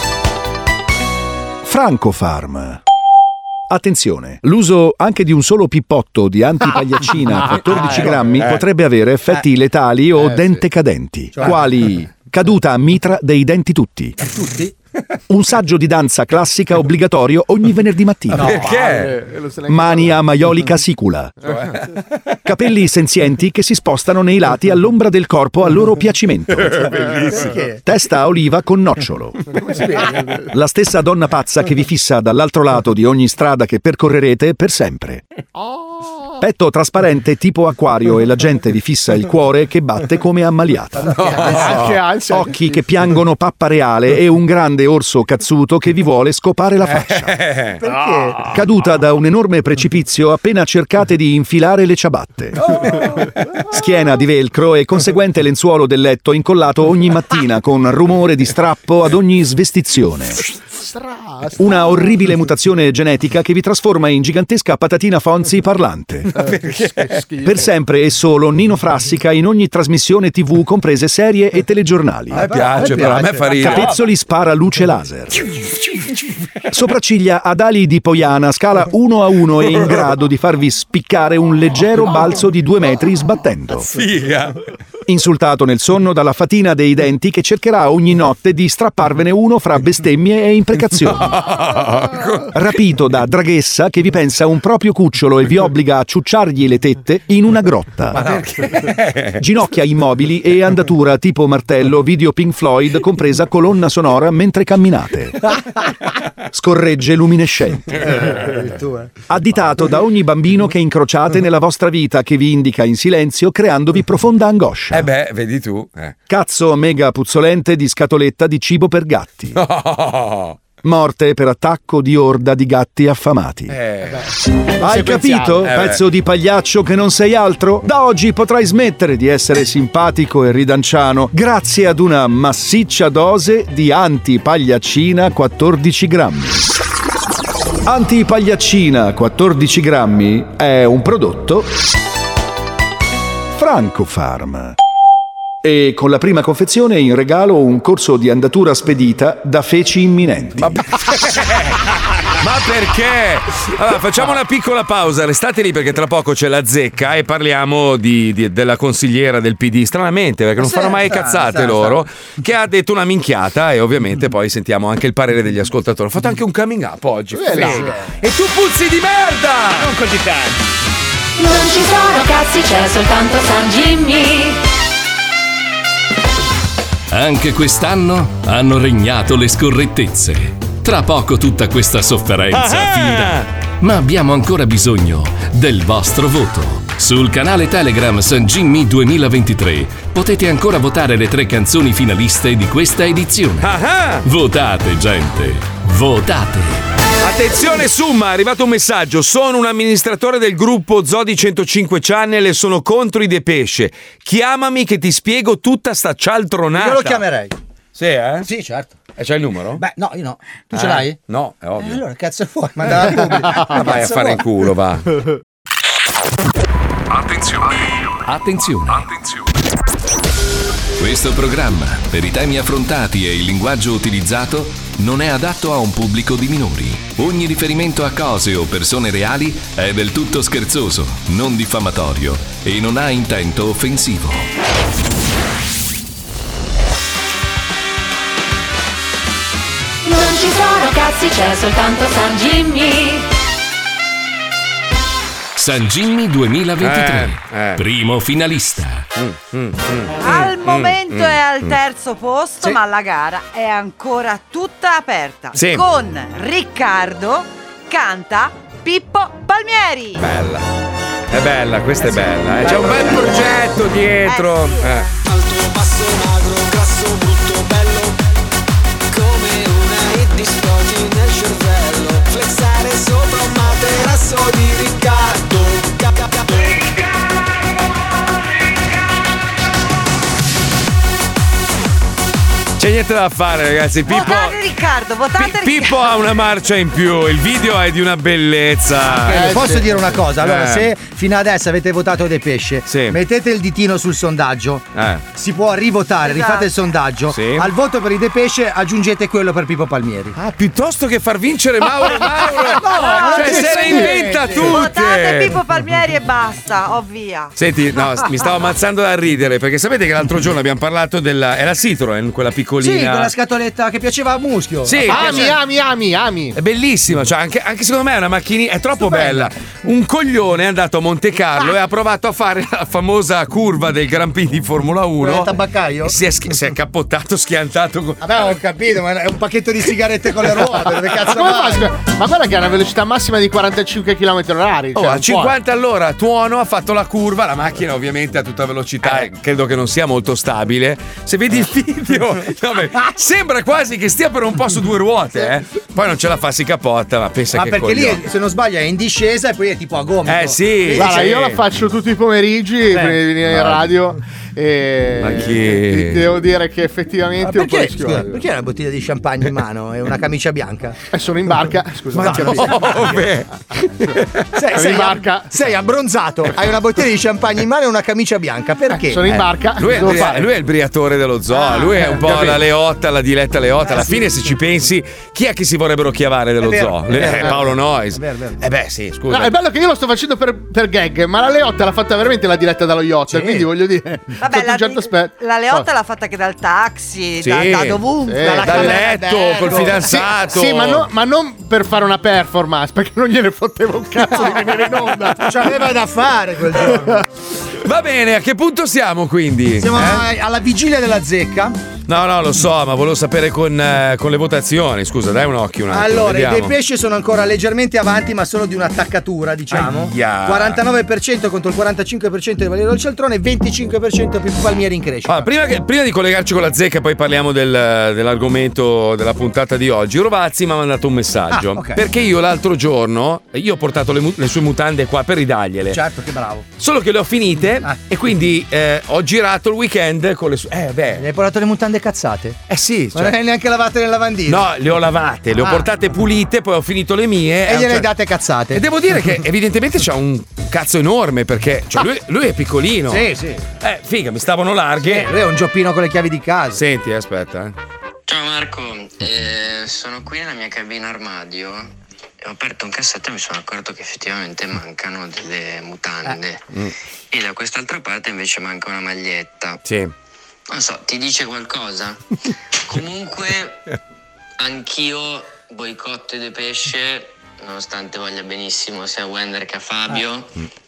Francofarm. Attenzione, l'uso anche di un solo pippotto di antipagliaccina quattordici grammi Eh. potrebbe avere effetti letali o Eh, dente cadenti, Cioè? quali caduta a mitra dei denti tutti. Tutti? Un saggio di danza classica obbligatorio ogni venerdì mattina. Perché? Eh, lo sai neanche Mania maiolica sicula. Capelli senzienti che si spostano nei lati all'ombra del corpo a loro piacimento. Perché? Testa a oliva con nocciolo. come si vede. La stessa donna pazza che vi fissa dall'altro lato di ogni strada che percorrerete per sempre. Petto trasparente tipo acquario e la gente vi fissa il cuore che batte come ammaliata. Che alza. Occhi che piangono pappa reale e un grande orso cazzuto che vi vuole scopare la faccia. Perché? Caduta da un enorme precipizio appena cercate di infilare le ciabatte. Schiena di velcro e conseguente lenzuolo del letto incollato ogni mattina con rumore di strappo ad ogni svestizione. Una orribile mutazione genetica che vi trasforma in gigantesca patatina Fonzi parlante. Per sempre e solo Nino Frassica in ogni trasmissione tivù, comprese serie e telegiornali. A me piace, però a me fa ridere. Capezzoli spara luce laser. Sopracciglia ad ali di Poiana, scala uno a uno e in grado di farvi spiccare un leggero balzo di due metri sbattendo. Figa. Insultato nel sonno dalla fatina dei denti che cercherà ogni notte di strapparvene uno fra bestemmie e imprecazioni. Rapito da draghessa che vi pensa un proprio cucciolo e vi obbliga a ciucciargli le tette in una grotta. Ginocchia immobili e andatura tipo martello video Pink Floyd compresa colonna sonora mentre camminate. Scorregge luminescenti. Additato da ogni bambino che incrociate nella vostra vita che vi indica in silenzio creandovi profonda angoscia. Eh beh, vedi tu. Eh. Cazzo mega puzzolente di scatoletta di cibo per gatti. Oh. Morte per attacco di orda di gatti affamati. Eh. Hai capito, Eh pezzo di pagliaccio che non sei altro? Da oggi potrai smettere di essere simpatico e ridanciano grazie ad una massiccia dose di antipagliaccina quattordici grammi. Antipagliaccina quattordici grammi è un prodotto Francofarm. E con la prima confezione in regalo un corso di andatura spedita da feci imminenti. Ma perché? Allora, facciamo una piccola pausa, restate lì perché tra poco c'è la zecca e parliamo di, di- della consigliera del P D, stranamente perché non Sì, fanno mai sta- cazzate sta- loro, che ha detto una minchiata e ovviamente poi sentiamo anche il parere degli ascoltatori. Ho fatto anche un coming up oggi. Bella. Figa. E tu puzzi di merda! Non così tanto. Non ci sono cazzi, c'è soltanto San Jimmy. Anche quest'anno hanno regnato le scorrettezze. Tra poco tutta questa sofferenza Ah-ha! finirà. Ma abbiamo ancora bisogno del vostro voto. Sul canale Telegram San Jimmy duemilaventitré potete ancora votare le tre canzoni finaliste di questa edizione. Votate, gente. Votate. Attenzione Summa, è arrivato un messaggio. Sono un amministratore del gruppo Zodi centocinque Channel e sono contro i Depesce. Chiamami che ti spiego tutta sta cialtronata. Io lo chiamerei. Sì, eh? Sì, certo. E c'hai il numero? Beh, no, io no. Tu ce Eh? l'hai? No, è Eh, ovvio. allora, cazzo vuoi? Mandala al pubblico. Ah, vai a Cazzo fare in vuoi? culo, va. Attenzione. Attenzione. Questo programma, per i temi affrontati e il linguaggio utilizzato, non è adatto a un pubblico di minori. Ogni riferimento a cose o persone reali è del tutto scherzoso, non diffamatorio e non ha intento offensivo. Non ci sono cazzi, c'è soltanto San Jimmy. San Jimmy duemilaventitré, Eh, eh. primo finalista. Al momento mm, è al mm. terzo posto, Sì. ma la gara è ancora tutta aperta. Sì. Con Riccardo canta Pippo Palmieri. Bella. È bella, questa è bella. eh. C'è un bel progetto dietro. Eh. Alto, basso, magro, grasso, brutto, bello. Come una hit di Scotty nel cervello. Flexare sopra un materasso di Riccardo. C'è niente da fare, ragazzi. Pippo, Votate Riccardo, votate Riccardo. Pippo ha una marcia in più. Il video è di una bellezza. Eh, posso dire una cosa? Allora, Eh. se fino adesso avete votato De Pesce, mettete il ditino sul sondaggio. Eh. Si può rivotare, Esatto. rifate il sondaggio. Sì. Al voto per i De Pesce aggiungete quello per Pippo Palmieri. Ah, piuttosto che far vincere Mauro Mauro. No, cioè, non se c'è le inventa niente. Votate tutte. Pippo Palmieri e basta, oh via. Senti, no, mi stavo ammazzando da ridere perché sapete che l'altro giorno abbiamo parlato della. È la Citroen, quella piccolina. Sì, quella scatoletta che piaceva a Muschio. Sì, Ami, piace- ami, ami, ami. È bellissima, cioè anche, anche secondo me è una macchinina, è troppo bella. Un coglione è andato a Monte Carlo e ha provato a fare la famosa curva del Grand Prix di Formula uno. Quella del tabaccaio? E Si è, schi- si è cappottato, schiantato. con- Vabbè, ho capito, ma è un pacchetto di sigarette con le ruote. Dove Ma, cazzo come fa, vai? scusa? Ma guarda che ha una velocità massima di quarantacinque chilometri orari. Oh, cioè, a un po'. cinquanta all'ora a tuono ha fatto la curva, la macchina ovviamente a tutta velocità, e credo che non sia molto stabile. Se vedi il video, no, beh, sembra quasi che stia per un po' su due ruote, eh. Poi non ce la fa, si capotta, ma pensa Ma che perché coglione. lì, se non sbaglio, è in discesa e poi è tipo a gomito. Eh, sì. Guarda, Sì. io la faccio tutti i pomeriggi prima di venire in Guarda. radio. E Ma chi? ti devo dire che Ma effettivamente è un po' perché, rischioso. scusa, perché hai una bottiglia di champagne in mano e una camicia bianca? Eh, sono in barca. Scusa, Ma non capisco. Oh, beh. Sei, in sei, barca. sei abbronzato, hai una bottiglia di champagne in mano e una camicia bianca. Perché? Sono in Eh, barca. Lui è, il Devo bria- fare? lui è il briatore dello zoo, Ah, lui è un eh, po' capito. la Leotta, la diletta Leotta. Alla Eh, fine, sì. se ci pensi, chi è che si vorrebbero chiavare dello È vero, zoo? è vero, Eh, è Paolo vero. Noyes. È vero, è vero. Eh beh, sì, scusa. No, è bello che io lo sto facendo per, per gag, ma la Leotta l'ha fatta veramente la diretta dallo yacht. Sì. Quindi voglio dire, Vabbè, sotto la, un certo aspetto. la Leotta l'ha fatta anche dal taxi, Sì, da, da dovunque. sì, dalla dal camera letto, d'albergo. col fidanzato. Sì, ma, no- ma non per fare una performance, perché non gliene fotteva un cazzo di venire in onda. C'aveva da fare quel giorno. Va bene, a che punto siamo quindi? Siamo Eh? alla vigilia della zecca. No, no, lo so, ma volevo sapere con, eh, con le votazioni. Scusa, dai un occhio un attimo. Allora, vediamo. i dei pesci sono ancora leggermente avanti, ma solo di un'attaccatura, diciamo. Aia. quarantanove per cento contro il quarantacinque per cento di Valerio del Cialtrone e venticinque per cento più Palmieri in crescita. Ah, prima, che- prima di collegarci con la zecca, poi parliamo del- dell'argomento della puntata di oggi. Rovazzi mi ha mandato un messaggio. Ah, ok. Perché io l'altro giorno, io ho portato le, mu- le sue mutande qua per ridargliele. Certo, che bravo. Solo che le ho finite e quindi eh, ho girato il weekend con le sue. Eh, beh. Mi hai portato le mutande cazzate? Eh sì, Non le hai neanche lavate nel lavandino. No, le ho lavate, le ho Ah. portate pulite, poi ho finito le mie. E a un gliele cer- date cazzate. E devo dire che evidentemente c'ha un cazzo enorme perché cioè, lui, lui è piccolino. Sì, sì. Eh, figa, mi stavano larghe. Lui è un gioppino con le chiavi di casa. Senti, aspetta. Eh. Ciao Marco, eh, sono qui nella mia cabina armadio e ho aperto un cassetto e mi sono accorto che effettivamente mancano delle mutande Mm. e da quest'altra parte invece manca una maglietta. Sì. Non so, ti dice qualcosa? Comunque anch'io boicotto De Pesce, nonostante voglia benissimo sia a Wender che a Fabio,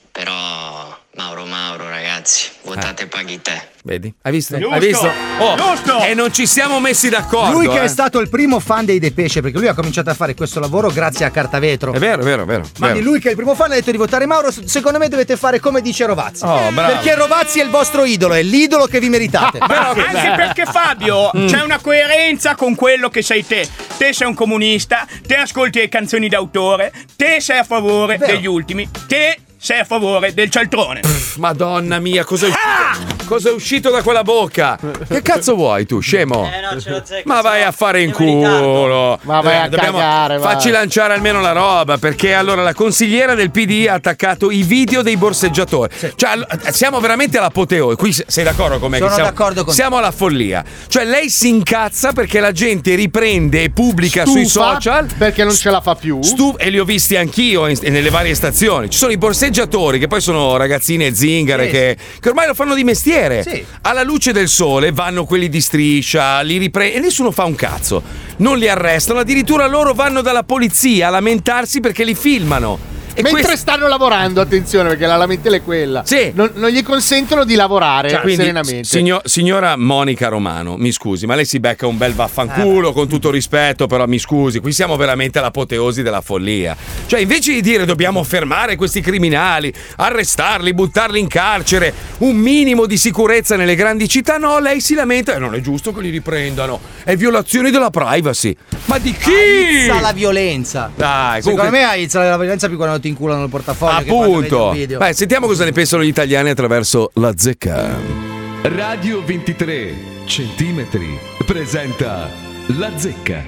però Mauro Mauro ragazzi, votate paghi te. Vedi? Hai visto? Giusto, Hai visto? Oh, giusto. E non ci siamo messi d'accordo. Lui che eh. è stato il primo fan dei De Pesce, perché lui ha cominciato a fare questo lavoro grazie a Cartavetro. È vero, è vero, è vero. Ma vero. di lui che è il primo fan ha detto di votare Mauro. Secondo me dovete fare come dice Rovazzi. Oh, bravo. Perché Rovazzi è il vostro idolo, è l'idolo che vi meritate. Anche perché Fabio Mm. c'è una coerenza con quello che sei te. Te sei un comunista, te ascolti le canzoni d'autore, te sei a favore Vero. degli ultimi, te sei a favore del cialtrone. Madonna mia, cosa è uscito, cosa è uscito da quella bocca? Che cazzo vuoi tu, scemo? Eh no, ce lo zecca. Ma vai a fare in culo. Ma vai a cagare, va. Facci lanciare almeno la roba, perché allora la consigliera del P D ha attaccato i video dei borseggiatori. Cioè, all- siamo veramente all'apoteosi. Qui se- sei d'accordo con me? Sono che siamo, d'accordo con te. Siamo alla follia. Cioè, lei si incazza perché la gente riprende e pubblica sui Stufa social. perché non ce la fa più. Stu- e li ho visti anch'io in- nelle varie stazioni. Ci sono i borseggiatori che poi sono ragazzine zingare Sì, che, che ormai lo fanno di mestiere. Sì. Alla luce del sole vanno quelli di striscia, li riprendono e nessuno fa un cazzo. Non li arrestano, addirittura loro vanno dalla polizia a lamentarsi perché li filmano. E Mentre quest- stanno lavorando, attenzione, perché la lamentela è quella. Sì. Non, non gli consentono di lavorare Cioè, quindi, serenamente. signo- signora Monica Romano, mi scusi, ma lei si becca un bel vaffanculo, con tutto rispetto, però mi scusi, qui siamo veramente all'apoteosi della follia. Cioè, invece di dire dobbiamo fermare questi criminali, arrestarli, buttarli in carcere, un minimo di sicurezza nelle grandi città, no, lei si lamenta e non è giusto che li riprendano. È violazione della privacy. Ma di chi? Aizza la violenza. Dai, Secondo comunque- me aizza la violenza più quando ti inculano il portafoglio. che quando vedi Appunto. un video. Beh, sentiamo cosa ne pensano gli italiani attraverso la zecca. Radio ventitré centimetri presenta La Zecca.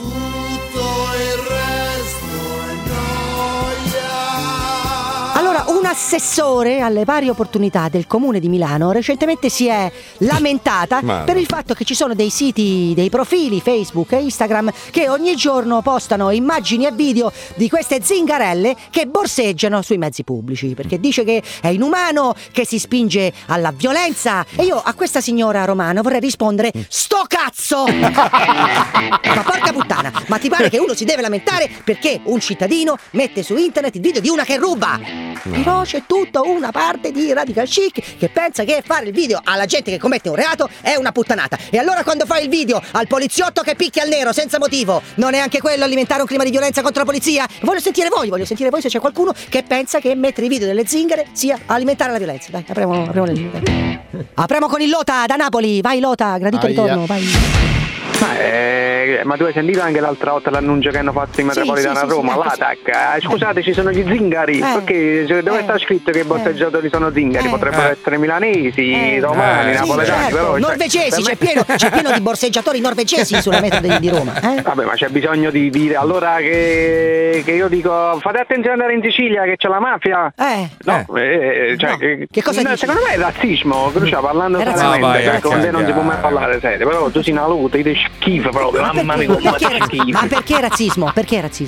Allora, un assessore alle varie opportunità del comune di Milano recentemente si è lamentata Ma- per il fatto che ci sono dei siti, dei profili Facebook e Instagram che ogni giorno postano immagini e video di queste zingarelle che borseggiano sui mezzi pubblici, perché dice che è inumano, che si spinge alla violenza. E io a questa signora romana vorrei rispondere: sto cazzo! Ma porca puttana, ma ti pare che uno si deve lamentare perché un cittadino mette su internet il video di una che ruba? Però c'è tutta una parte di radical chic che pensa che fare il video alla gente che commette un reato è una puttanata. E allora quando fai il video al poliziotto che picchia al nero senza motivo, non è anche quello alimentare un clima di violenza contro la polizia? Voglio sentire voi, voglio sentire voi se c'è qualcuno che pensa che mettere i video delle zingare sia alimentare la violenza. Dai, apriamo, apriamo le linee. Apriamo con il Lota da Napoli. Vai Lota, gradito Aia. ritorno, vai. Ma, eh, ma tu hai sentito anche l'altra volta l'annuncio che hanno fatto in metropolitana sì, a sì, Roma? sì, L'Atac. Eh, scusate, ci sono gli zingari. Eh. Perché se- dove Eh. sta scritto che i borseggiatori sono zingari? Eh. Potrebbero Eh. essere milanesi, romani, Eh, sì, napoletani. Certo, però, cioè, norvegesi, per me- c'è pieno, c'è pieno di borseggiatori norvegesi sulla metro di, di Roma. Eh? Vabbè, ma c'è bisogno di dire allora che, che io dico fate attenzione ad andare in Sicilia che c'è la mafia. Eh. No, eh, cioè, No. che, Che cosa no, dici? secondo me è razzismo, Crucia, parlando È razzismo. seriamente, Ma vai a perché con te non si può mai cagare. parlare serio, però tu sei una luta, io ti schifo proprio, mamma mia, come Perché, ti schifo. ma perché razzismo? Perché razzismo?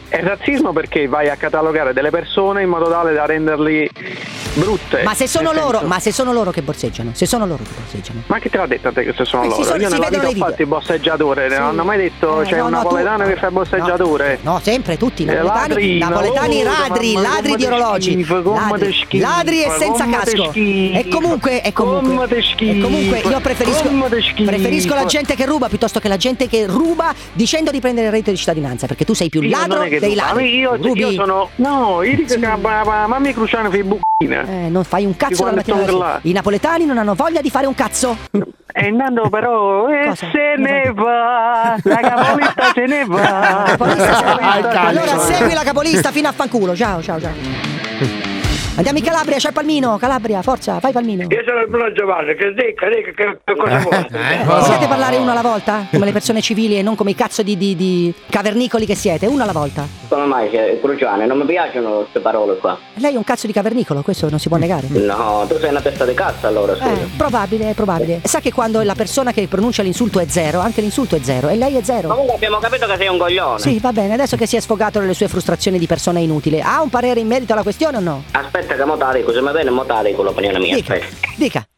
È razzismo perché vai a catalogare delle persone in modo tale da renderli brutte. Ma se sono Nel loro, senso- ma se sono loro che borseggiano, se sono loro che borseggiano. Ma chi te l'ha detto a te che se sono Eh, si loro? sono- Io si nella vedono vita ho nei fatto il bosseggiatore, Sì. non hanno mai detto Eh, c'è no, un no, napoletano tu- che fa il bosseggiatore. No, sempre tutti Eh, napoletani, ladri, napoletani no, ladri, ma- ma- ladri come di te orologi. schifo, come te Ladri, schifo, ladri e senza come te casco. schifo, E comunque, e comunque, come te schifo, e comunque io preferisco, come te schifo. preferisco la gente che ruba piuttosto che la gente che ruba dicendo di prendere il reddito di cittadinanza, perché tu sei più Io ladro non è che dei rubo, ladri. Io, Rubi. io sono. No, io dico che ma- ma- mamma Cruciano fai bucchine. Eh, non fai un cazzo Di dalla quando mattina alla sono sera. là. I napoletani non hanno voglia di fare un cazzo. E Nando però e Cosa? se ne va, la capolista se ne va. Capolista se ne va. Ah, il calcio. Allora segui la capolista fino a fanculo. Ciao, ciao, ciao. Andiamo in Calabria, c'è il Palmino. Calabria, forza, fai Palmino. Io sono il Bruno Giovanni, che dica, dica, che, che cosa vuoi? Eh, Potete parlare uno alla volta? Come le persone civili e non come i cazzo di, di, di cavernicoli che siete, uno alla volta. Come mai, cioè, Cruciane? Non mi piacciono queste parole qua. Lei è un cazzo di cavernicolo, questo non si può negare. No, tu sei una testa di cazzo allora, scusa. Eh, probabile, probabile. Sa che quando la persona che pronuncia l'insulto è zero, anche l'insulto è zero e lei è zero. Comunque abbiamo capito che sei un coglione. Sì, va bene, adesso che si è sfogato nelle sue frustrazioni di persona inutile, ha un parere in merito alla questione o no? Aspetta che mo dico, se mi viene mo dico l'opinione mia. Dica, Aspetta. dica.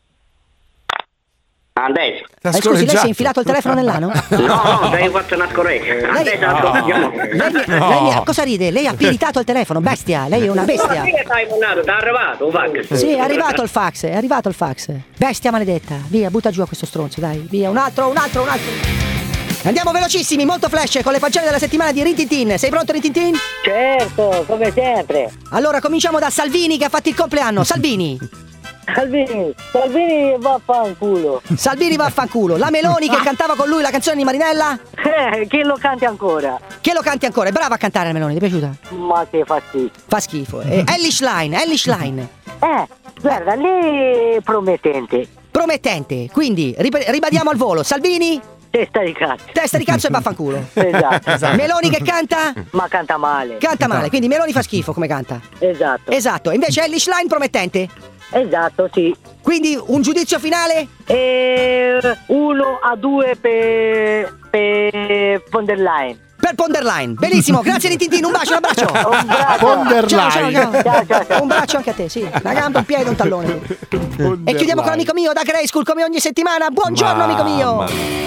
Adesso. Eh, scusi, lei si è infilato il telefono nell'ano? No, no, sei fatto una scorreggia. Adesso ascoltiamo. Lei, lei mi ha- cosa ride? Lei ha piritato il telefono, bestia, lei è una bestia. Ma che stai mandato? Ti è arrivato un fax? Sì, è arrivato il fax, è arrivato il fax. Bestia maledetta, via, butta giù a questo stronzo, dai, via, un altro, un altro, un altro. Andiamo velocissimi, molto flash, con le pagine della settimana di Rintintin. Sei pronto, Rintintin? Certo, come sempre. Allora, cominciamo da Salvini che ha fatto il compleanno. Salvini. Salvini, Salvini vaffanculo. Salvini vaffanculo. La Meloni che cantava con lui la canzone di Marinella? Eh, che lo canti ancora? Che lo canti ancora, è brava a cantare la Meloni, ti è piaciuta? Ma che fa schifo. Fa schifo. E Ellie Schlein, Ellie Schlein. Eh, guarda, lei è promettente. Promettente, quindi rib- ribadiamo al volo. Salvini? Testa di cazzo. Testa di cazzo e vaffanculo. Esatto, esatto. Meloni che canta? Ma canta male. Canta male, quindi Meloni fa schifo come canta. Esatto. Esatto, invece Ellie Schlein promettente. Esatto, sì. Quindi un giudizio finale? E uno a due per, per von der Leyen. Per von der Leyen. Benissimo, grazie Rintintin, un bacio, un abbraccio. Un braccio. Von der Ciao, ciao, Leyen. ciao. Ciao, ciao, ciao. Un braccio anche a te, sì. Una gamba, un piede, un tallone. E chiudiamo con l'amico mio da Grey School come ogni settimana. Buongiorno amico mio.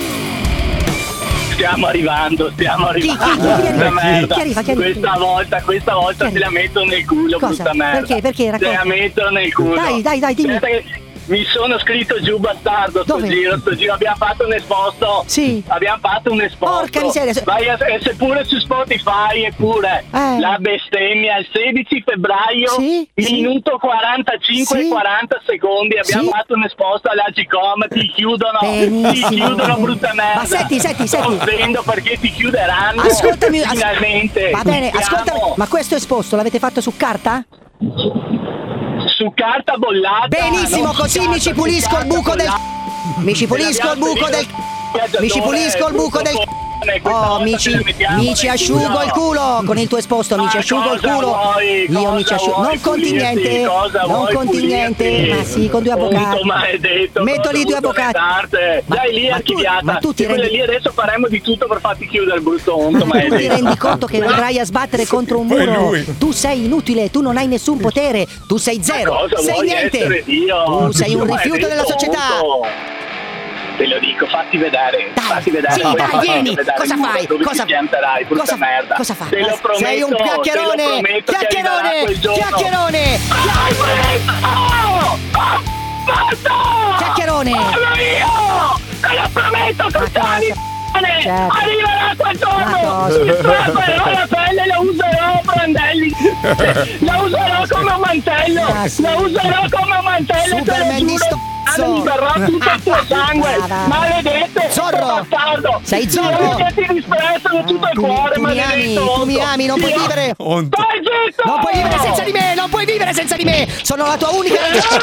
Stiamo arrivando, stiamo Chi, chi, chi, arrivando. chi Brutta arriva? merda. Chi arriva? Chi arriva? Questa volta, questa volta te la metto nel culo, Cosa? brutta merda. Perché? Perché? Te Racconta. la metto nel culo. Dai, dai, dai, dimmi. Aspetta che mi sono scritto giù bastardo sto Dove? giro, sto giro, abbiamo fatto un esposto. Sì. Abbiamo fatto un esposto. Porca miseria. Vai a, e se pure su Spotify eppure Eh. la bestemmia il sedici febbraio, Sì, sì. minuto quarantacinque Sì. e quaranta secondi abbiamo Sì. fatto un esposto all'Agicom, ti chiudono, Benissimo. ti chiudono brutta merda. Ma senti, senti, senti. Offendo perché ti chiuderanno. Ascoltami, as- finalmente. Va bene, Siamo ascoltami. Ma questo esposto l'avete fatto su carta? su carta bollata. Benissimo, non su così carta, mi ci su pulisco carta il buco del. bollata. Mi ci pulisco il buco del. Mi ci pulisco il buco del. Oh, mi ci, mi ci asciugo il culo con il tuo esposto, mi ci asciugo il culo. Io mi ci asciugo. Non conti niente, non conti niente. Ma sì, con due avvocati. Maledetto, Metto lì due avvocati. Ma, Dai lì è ma tu- archiviata. ma tu ti E quelle rendi- lì adesso faremo di tutto per farti chiudere il brutto onto, Tu ti maledetto. rendi conto che andrai a sbattere contro un Poi muro? lui. Tu sei inutile, tu non hai nessun potere, tu sei zero, Ma cosa sei vuoi niente. essere, Dio? Tu sei un Ma è rifiuto della detto società. tutto. Te lo dico, fatti vedere, fatti vedere. sì, poi dai, fatti vieni, vedere cosa il muro fai? Dove Cosa- ti pianterai, brutta cosa- merda. cosa fai? Te lo prometto, Sei un te lo chiacchierone, prometto che chiacchierone, arriverà quel giorno. chiacchierone. Chiacchierone. Sono io! Te lo prometto, Cruciani! Certo. Arriverà quel giorno! Ma cosa? Mi strapperò la pelle e la userò, Brandelli! La userò come un mantello! Ah, sì. La userò come un mantello, te lo Superman di giuro! sto Guarda, mi verrà tutto il tuo sangue! Ah, va. Maledetto! Zorro! Bastardo! Sei Zorro! Che ti disprezzano tutto il Tu mi- cuore, tu mi ami, maledetto! tu mi ami, non puoi Io- vivere. Onto. Stai zitto! Non puoi vivere senza di me, non puoi vivere senza di me. Sono la tua unica ragione.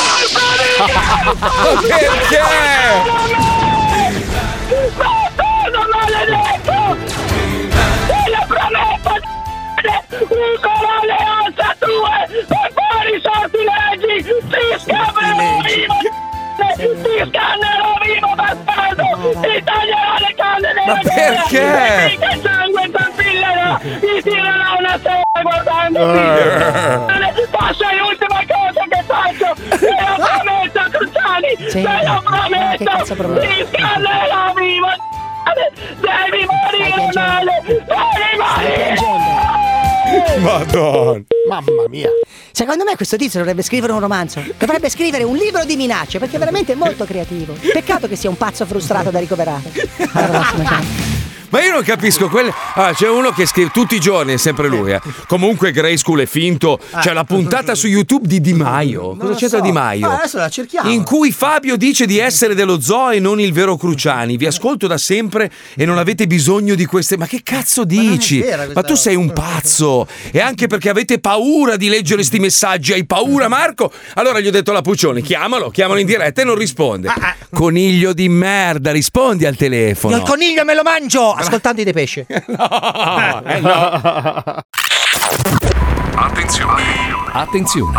Ma perché? Bastardo maledetto! Te lo prometto! Userò le ossa tue per fare i sortilegi! Ti scaverò vivo! Ti scannerò vivo, bastardo! Ti taglierò le canne nelle Ma perché? Mica il sangue t'ampillerò! mi tirerò una sera guardando film. Passa l'ultima cosa che faccio, te lo prometto, Cruciani, Sì. te lo Che cazzo prometto, ti scallerò vivo, devi morire male, devi morire. Madonna. Mamma mia. Secondo me questo tizio dovrebbe scrivere un romanzo. Dovrebbe scrivere un libro di minacce, perché è veramente molto creativo. Peccato che sia un pazzo frustrato da ricoverare. Alla prossima, ciao. Ma io non capisco quelle. Ah, c'è uno che scrive tutti i giorni, è sempre lui. Eh. Comunque Grey School è finto. C'è la puntata su YouTube di Di Maio. Cosa c'è da Di Maio? Ah, adesso la cerchiamo. In cui Fabio dice di essere dello zoo e non il vero Cruciani. Vi ascolto da sempre e non avete bisogno di queste. Ma che cazzo dici? Ma, vera, Ma tu sei un pazzo. E anche perché avete paura di leggere sti messaggi. Hai paura, Marco? Allora gli ho detto alla Puccioni: chiamalo, chiamalo in diretta e non risponde. Coniglio di merda, rispondi al telefono. Io il coniglio me lo mangio ascoltando i De Pesce. No, eh no. Attenzione. Attenzione.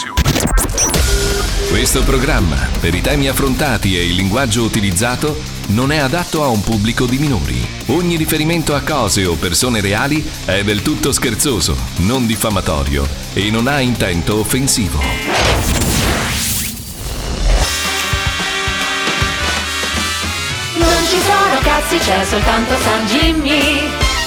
Questo programma, per i temi affrontati e il linguaggio utilizzato, non è adatto a un pubblico di minori. Ogni riferimento a cose o persone reali è del tutto scherzoso, non diffamatorio e non ha intento offensivo. Non ci sono cazzi, c'è soltanto San Jimmy.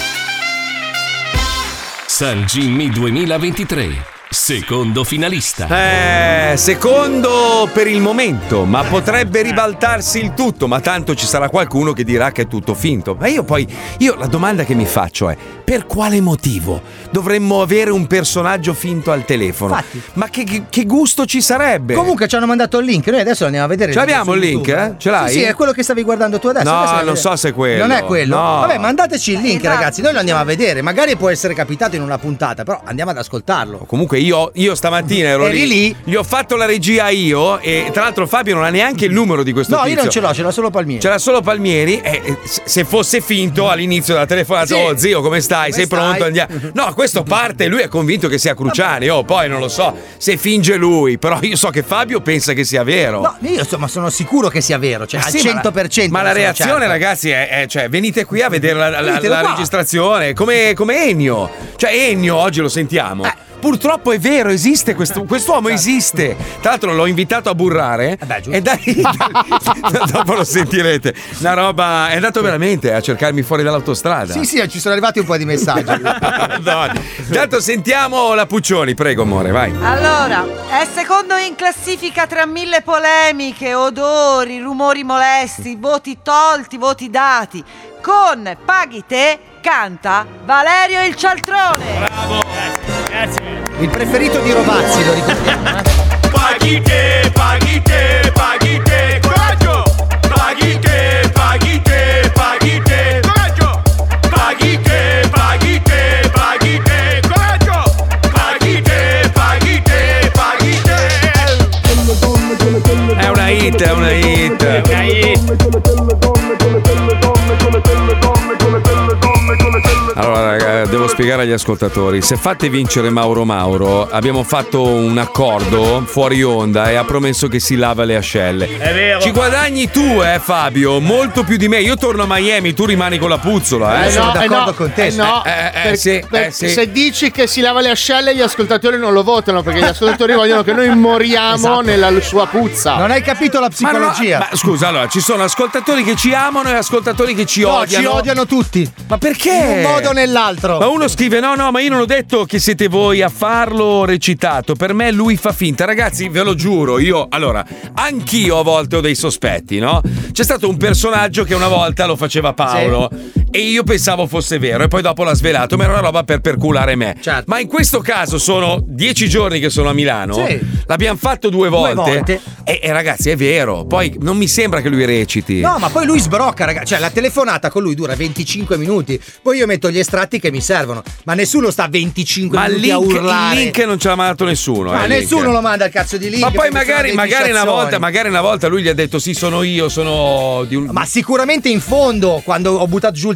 San Jimmy duemilaventitré, secondo finalista. Eh, secondo per il momento, ma potrebbe ribaltarsi il tutto, ma tanto ci sarà qualcuno che dirà che è tutto finto. Ma io poi, io la domanda che mi faccio è: per quale motivo dovremmo avere un personaggio finto al telefono? Infatti. Ma che, che, che gusto ci sarebbe? Comunque ci hanno mandato il link, noi adesso lo andiamo a vedere. Ce l'abbiamo il su link, YouTube. eh? Ce l'hai? Sì, sì, è quello che stavi guardando tu adesso. No, Adesso non vedere. so se è quello. Non è quello. No. Vabbè, mandateci il link, Esatto. ragazzi. Noi lo andiamo a vedere. Magari può essere capitato in una puntata, però andiamo ad ascoltarlo. Comunque io, io stamattina ero Eri lì, lì? gli ho fatto la regia io e tra l'altro Fabio non ha neanche il numero di questo No, tizio. io non ce l'ho, ce l'ho solo Palmieri. C'era solo Palmieri e e se- se fosse finto all'inizio della telefonata: Sì. oh zio come stai? Come Sei stai? pronto? Andiamo. No, questo parte e lui è convinto che sia Cruciani. Oh, poi non lo so se finge lui, però io so che Fabio pensa che sia vero. No, io insomma sono sicuro che sia vero, cioè Ma al sì, ma la- cento per cento. Ma la ne sono reazione, certo. ragazzi, è, è- cioè, venite qui a vedere la, la- Venite la qua. registrazione come, come Ennio. Cioè, Ennio oggi lo sentiamo. Eh. Purtroppo è vero, esiste questo, quest'uomo esiste. Tra l'altro l'ho invitato a burrare e da lì dopo lo sentirete. Una roba, è andato veramente a cercarmi fuori dall'autostrada. Sì, sì, ci sono arrivati un po' di messaggi. Madonna. Intanto sentiamo la Puccioni, prego amore, vai. Allora, è secondo in classifica tra mille polemiche, odori, rumori molesti, voti tolti, voti dati. Con Paghi te canta Valerio il Cialtrone. Bravo, grazie. Il preferito di Rovazzi, lo ricordiamo. eh? Paghi te, paghi te, paghi te, coraggio! Paghi te, paghi te, paghi te, coraggio! Paghi te, paghi te, paghi te, coraggio! Paghi te, paghi te, paghi te. È una hit, è una hit. Allora, raga, devo spiegare agli ascoltatori: se fate vincere Mauro Mauro, abbiamo fatto un accordo fuori onda e ha promesso che si lava le ascelle. È vero. Ci guadagni tu, eh, Fabio, molto più di me. Io torno a Miami, tu rimani con la puzzola, eh. Eh no, eh no, eh no, Eh, eh, per- sì, per- eh, sì. Se dici che si lava le ascelle, gli ascoltatori non lo votano perché gli ascoltatori vogliono che noi moriamo Esatto. nella sua puzza. Non hai capito la Ma, no, psicologia. ma scusa, allora ci sono ascoltatori che ci amano e ascoltatori che ci No, odiano. ci odiano tutti. Ma perché? In un modo o nell'altro. Ma uno scrive: no, no, ma io non ho detto che siete voi a farlo o recitato. Per me lui fa finta. Ragazzi, ve lo giuro, io, allora, anch'io a volte ho dei sospetti, no? C'è stato un personaggio che una volta lo faceva Paolo. E io pensavo fosse vero, e poi dopo l'ha svelato, ma era una roba per perculare me. Certo. Ma in questo caso sono dieci giorni che sono a Milano. Sì. L'abbiamo fatto due Due volte. volte. E, e ragazzi, è vero. Poi non mi sembra che lui reciti. No, ma poi lui sbrocca, ragazzi. Cioè, la telefonata con lui dura venticinque minuti. Poi io metto gli estratti che mi servono. Ma nessuno sta venticinque Ma il minuti a link, urlare. il link non ce l'ha mandato nessuno. Ma eh, il link. nessuno lo manda il cazzo di link. Ma poi perché sono magari, dei magari, una fisciazzoni. volta, magari una volta lui gli ha detto: sì, sono io, sono di un. Ma sicuramente in fondo, quando ho buttato giù il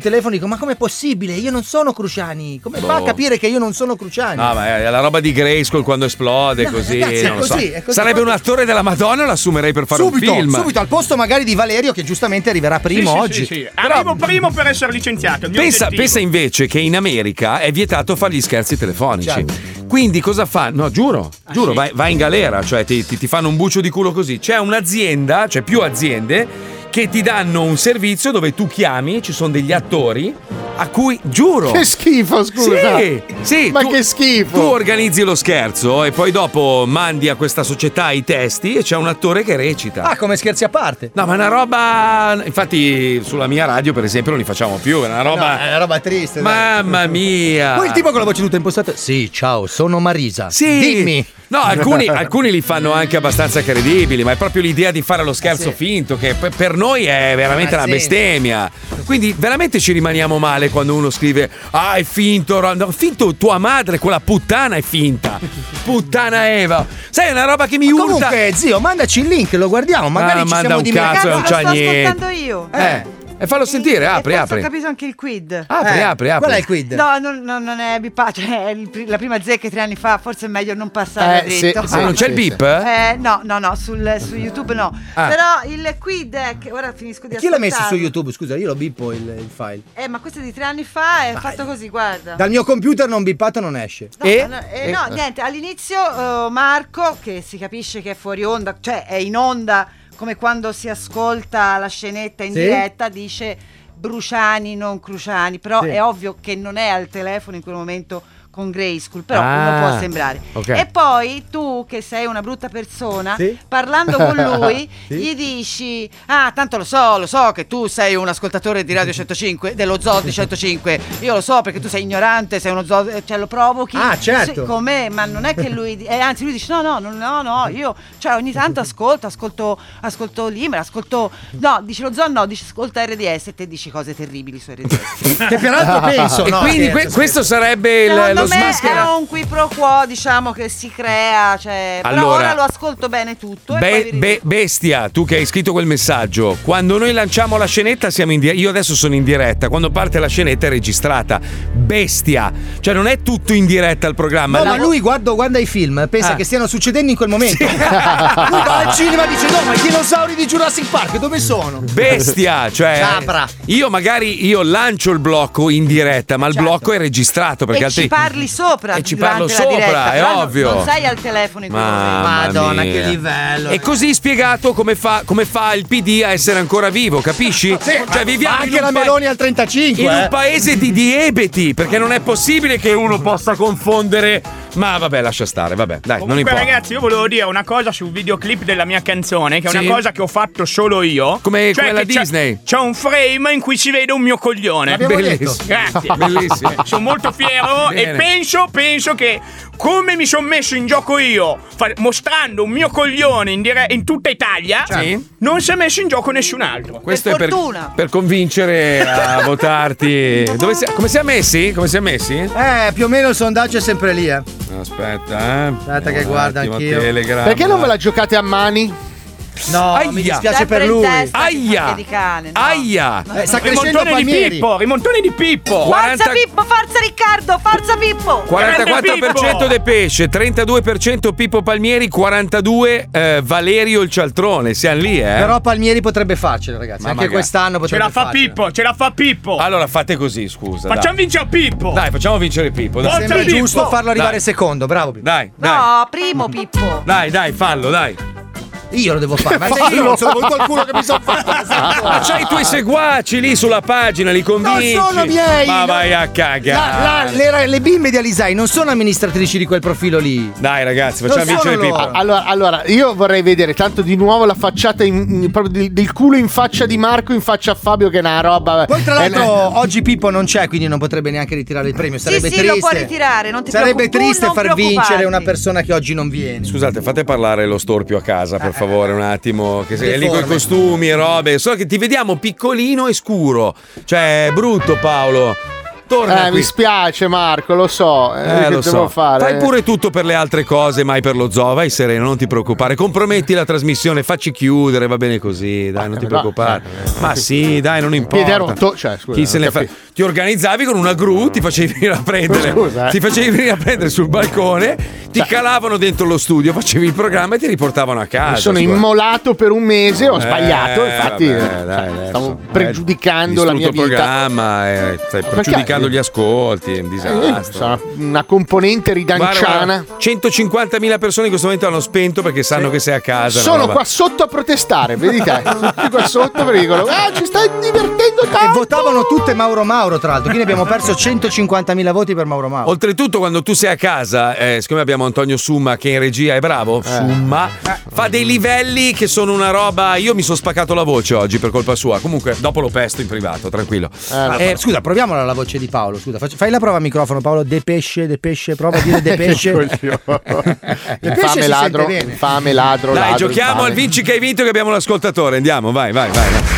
telefono e dico: ma com'è possibile? Io non sono Cruciani. Come Boh. fa a capire che io non sono Cruciani? No, ma è la roba di Grayskull quando esplode, No, così. ragazzi, è non lo so. così, è così. Sarebbe un attore della Madonna, lo assumerei per fare Subito, un film. subito, al posto magari di Valerio, che giustamente arriverà primo Sì, sì, oggi. sì, sì. Arrivo primo per essere licenziato. il mio Pensa, obiettivo. pensa invece che in America è vietato fare gli scherzi telefonici. Certo. Quindi cosa fa? No, giuro, Ah, giuro, vai, vai in galera, cioè ti, ti- ti fanno un bucio di culo così. C'è un'azienda, cioè più aziende, che ti danno un servizio dove tu chiami, ci sono degli attori a cui, giuro. Che schifo, scusa. Sì, sì, Ma tu- che schifo. Tu organizzi lo scherzo e poi dopo mandi a questa società i testi e c'è un attore che recita. Ah, come scherzi a parte. No, ma è una roba. Infatti, sulla mia radio, per esempio, non li facciamo più. È una roba. No, è una roba triste. dai. Mamma mia! Poi il tipo con la voce tutta impostata. Sì, ciao, sono Marisa. Sì. Dimmi. No, alcuni, alcuni li fanno anche abbastanza credibili, ma è proprio l'idea di fare lo scherzo Sì. finto che per- per noi è veramente una Sì. bestemmia. Quindi veramente ci rimaniamo male quando uno scrive: ah, è finto, Ron- no, finto tua madre, quella puttana è finta. Puttana Eva. Sai, è una roba che mi urta. Comunque, zio, mandaci il link, lo guardiamo. Magari Ah, ci manda siamo un dimenticati. cazzo, non c'ha lo sto niente. ascoltando io. Eh, e fallo sentire, apri, e forse apri. ho capito anche il quid. Apri, Eh, apri, apri. Qual è il quid? No, non, non- non è bipa, cioè è il pri- la prima zecca tre anni fa, forse è meglio non passare Eh, sì, dritto. sì. Ah, non c'è il beep? Eh, no, no, no, sul, su YouTube no. Ah. Però il quid è che ora finisco di Chi l'ha messo su ascoltarlo. YouTube? Scusa, io lo bippo il, il file. Eh, ma questo è di tre anni fa, è fatto così, guarda. Dal mio computer non bippato non esce. No, E? no, eh, no, niente, all'inizio eh, Marco, che si capisce che è fuori onda, cioè è in onda come quando si ascolta la scenetta in Sì. diretta, dice Bruciani, non Cruciani, però Sì. è ovvio che non è al telefono in quel momento con Grayskull, però Ah, uno può sembrare. ok. E poi tu, che sei una brutta persona, Sì. parlando con lui, Sì. gli dici: ah, tanto lo so, lo so che tu sei un ascoltatore di Radio centocinque, dello Zoo di centocinque, io lo so perché tu sei ignorante, sei uno zoo, cioè lo provochi. Ah, certo. Sì, com'è, ma non è che lui, eh, anzi lui dice: no, no, no, no, no, io, cioè ogni tanto ascolto, ascolto, ascolto Limer, ascolto, no, dice lo Zoo, no, dice ascolta R D S e te dici cose terribili su R D S. Che peraltro penso, E no? quindi scherzo, que- scherzo. questo sarebbe il, Secondo lo me smaschera. è un qui pro quo, diciamo, che si crea, cioè, però Allora, ora lo ascolto bene tutto. E Be- poi vi be- bestia, tu che hai scritto quel messaggio, quando noi lanciamo la scenetta siamo in diretta. Io adesso sono in diretta, quando parte la scenetta è registrata. Bestia, cioè non è tutto in diretta il programma. No, La- ma lui guarda, guarda i film, pensa Ah. che stiano succedendo in quel momento. Lui va al cinema e dice: no, ma i dinosauri di Jurassic Park dove sono? Bestia, cioè Capra. io magari io lancio il blocco in diretta, ma il Certo. blocco è registrato perché e ci altrimenti parli sopra E ci durante parlo la sopra, diretta, è però non- ovvio. non sei al telefono in quel momento. Mamma Madonna, mia. che livello. E così spiegato come fa, come fa il P D a essere ancora vivo, capisci? cioè viviamo Ma in anche un la pa- Meloni al trentacinque. in eh. un paese di diebeti, perché non è possibile che uno possa confondere. Ma vabbè, lascia stare, vabbè, dai, non Comunque, importa. ragazzi, io volevo dire una cosa sul videoclip della mia canzone, che è Sì. una cosa che ho fatto solo io. Come- Cioè come la che c'è- Disney. C'è un frame in cui si vede un mio coglione. L'abbiamo Bellissimo. detto. Grazie. Bellissimo. Sono molto fiero Bene. e penso, penso che come mi sono messo in gioco io, fa- mostrando un mio coglione in, dire- in tutta Italia, Sì. non si è messo in gioco nessun altro. Questo Per è per, fortuna. per convincere a votarti. Dove si- come siamo messi? Come siamo messi? Eh, più o meno il sondaggio è sempre lì, eh. Aspetta, eh. Aspetta che Un guarda attimo, anch'io. Telegram. Perché non ve la giocate a mani? No, Aia. mi dispiace Sempre per in lui. testa, Aia. che di cane, no. Aia! Eh, sta crescendo Rimontone di Palmieri. Pippo, rimontone di Pippo. quaranta Forza Pippo, forza Riccardo, forza Pippo. quarantaquattro per cento Pippo. De Pesce, trentadue per cento Pippo Palmieri, quarantadue eh, Valerio il Cialtrone. Siamo lì, eh? Però Palmieri potrebbe farcela, ragazzi. Ma Anche magari. quest'anno Ce potrebbe la fa farcela. Pippo, ce la fa Pippo. Allora fate così, scusa. Facciamo dai. vincere Pippo. Dai, facciamo vincere Pippo. Dai, Forza Sembra Pippo. giusto farlo arrivare Dai. secondo, bravo Pippo. dai, dai. No, primo Pippo. Dai, dai, fallo, dai. Io lo devo fare, ma se io non sono voluto il culo che mi sono fatto. Ma c'hai i tuoi seguaci lì sulla pagina, li convinci. Non sono miei. Ma no. vai a La- cagare. la- le, le bimbe di Alisai non sono amministratrici di quel profilo lì. Dai, ragazzi, facciamo Non vincere sono Pippo. loro. Allora, allora, io vorrei vedere tanto di nuovo la facciata in- in- proprio del, del culo in faccia di Marco in faccia a Fabio, che è una roba. Poi tra è- l'altro oggi Pippo non c'è, quindi non potrebbe neanche ritirare il premio. Sarebbe sì, triste. lo può ritirare, non ti Sarebbe preoccupi, triste non far preoccuparti. vincere una persona che oggi non viene. Scusate, fate parlare lo storpio a casa, per favore, un attimo. Che sei lì con i Deforme. costumi e robe. Solo che ti vediamo piccolino e scuro. Cioè, è brutto, Paolo. torna Eh, qui. mi spiace Marco, lo so. Eh, Eh, che lo devo so. fare? Fai pure tutto per le altre cose, mai per lo zoo. Vai sereno, non ti preoccupare. Comprometti la trasmissione, facci chiudere, va bene così. Dai, non ti no, preoccupare. Ma sì, dai, non importa. Piede rotto, cioè, scusa, Chi se non ne fa... capisco. Ti organizzavi con una gru, ti facevi venire a prendere. Scusa, eh. Ti facevi venire a prendere sul balcone, ti calavano dentro lo studio, facevi il programma e ti riportavano a casa. Mi sono scusa. immolato per un mese, ho Eh, sbagliato, infatti vabbè, dai, adesso. stavo Eh, pregiudicando la mia distrutto vita. il programma, eh, stai pregiudicando gli ascolti, è un Eh, disastro. sono una componente ridanciana. Guarda, guarda, centocinquantamila persone in questo momento hanno spento perché sanno che sei a casa. Sono roba. qua sotto a protestare, vedi te? Tutti qua sotto perché dicono "Ah, ci stai divertendo tanto". E votavano tutte Mauro Mauro, tra l'altro. Quindi abbiamo perso centocinquantamila voti per Mauro Mauro. Oltretutto, quando tu sei a casa, eh, siccome abbiamo Antonio Summa che in regia è bravo, Summa, fa dei livelli che sono una roba. Io mi sono spaccato la voce oggi per colpa sua. Comunque, dopo lo pesto in privato, tranquillo. Ah, Eh, scusa, proviamola la voce di Paolo. Scusa, facci- fai la prova a microfono, Paolo. De pesce, de pesce, prova a dire de pesce. De pesce Infame si ladro, sente bene. infame ladro, Dai, ladro, giochiamo infame. al vinci che hai vinto che abbiamo l'ascoltatore. Andiamo, vai, vai, vai. vai.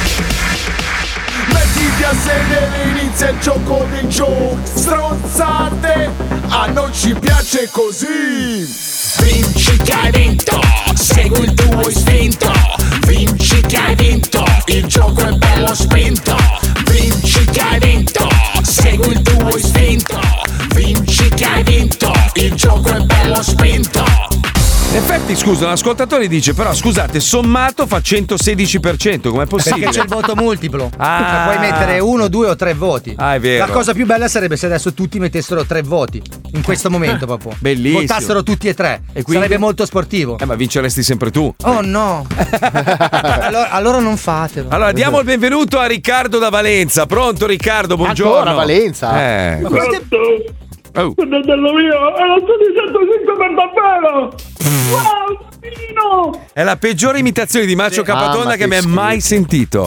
Mettiti a sedere, inizia il gioco dei giochi. Stronzate, a noi ci piace così. Vinci che hai vinto, segui il tuo istinto. Vinci che hai vinto, il gioco è bello spinto. Vinci che hai vinto, segui il tuo istinto. Vinci che hai vinto, il gioco è bello spinto. In effetti, scusa, l'ascoltatore dice: però scusate, sommato fa centosedici per cento, com'è possibile? Perché c'è il voto multiplo. Ah. Puoi mettere uno, due o tre voti. Ah, è vero. La cosa più bella sarebbe se adesso tutti mettessero tre voti. In questo momento, proprio. Bellissimo. Votassero tutti e tre. E quindi? Sarebbe molto sportivo. Eh, ma vinceresti sempre tu. Oh no. allora, allora non fatelo. Allora, diamo il benvenuto a Riccardo da Valenza. Pronto, Riccardo? Buongiorno. Ancora Valenza? Eh, Ma questo- questo... Oh. Fratello mio, è la centocinque per davvero! Wow, Pino! È la peggiore imitazione di Macio Sì. Capatonda Mamma, che che mi hai schifo. mai sentito.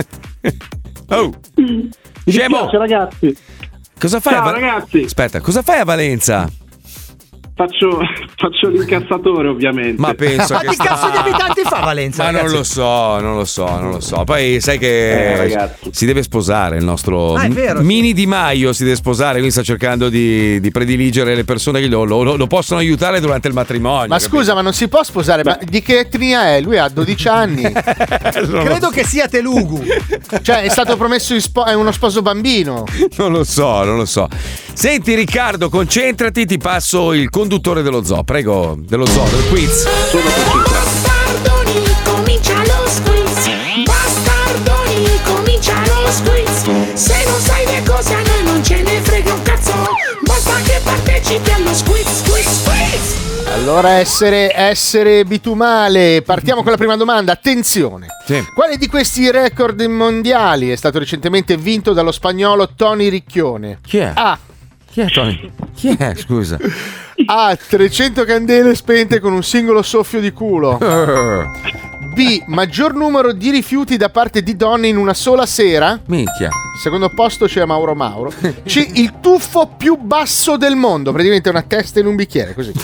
Oh. Mi Scemo. dispiace, ragazzi. Cosa fai? Ciao, a Va- ragazzi. Aspetta, cosa fai a Valenza? Faccio, faccio l'incassatore, ovviamente. Ma penso che sta- fa Valenza? Ma non ragazzi? lo so, non lo so, non lo so. Poi sai Eh, che ragazzi. si deve sposare il nostro Ah, è vero, sì. Mini Di Maio si deve sposare, quindi sta cercando di, di prediligere le persone che lo, lo- lo possono aiutare durante il matrimonio. Ma scusa, ma non si può sposare? Ma di che etnia è? Lui ha dodici anni. Credo che sia Telugu. Cioè, è stato promesso in spo- è uno sposo bambino. Non lo so, non lo so. Senti Riccardo, concentrati, ti passo il conduttore dello zoo. Prego, dello zoo, del quiz. Bastardoni, comincia lo squiz. Bastardoni, comincia lo squiz. Se non sai le cose a noi non ce ne frega un cazzo. Basta che partecipi allo squiz, squiz, squiz. Allora, essere, essere bitumale. Partiamo con la prima domanda. Attenzione. Sì. Quale di questi record mondiali è stato recentemente vinto dallo spagnolo Tony Ricchione? Chi è? A. Chi è Tony? Chi è? Scusa. A. trecento candele spente con un singolo soffio di culo. B. Maggior numero di rifiuti da parte di donne in una sola sera. Minchia. Secondo posto c'è Mauro Mauro. C. Il tuffo più basso del mondo. Praticamente una testa in un bicchiere, così.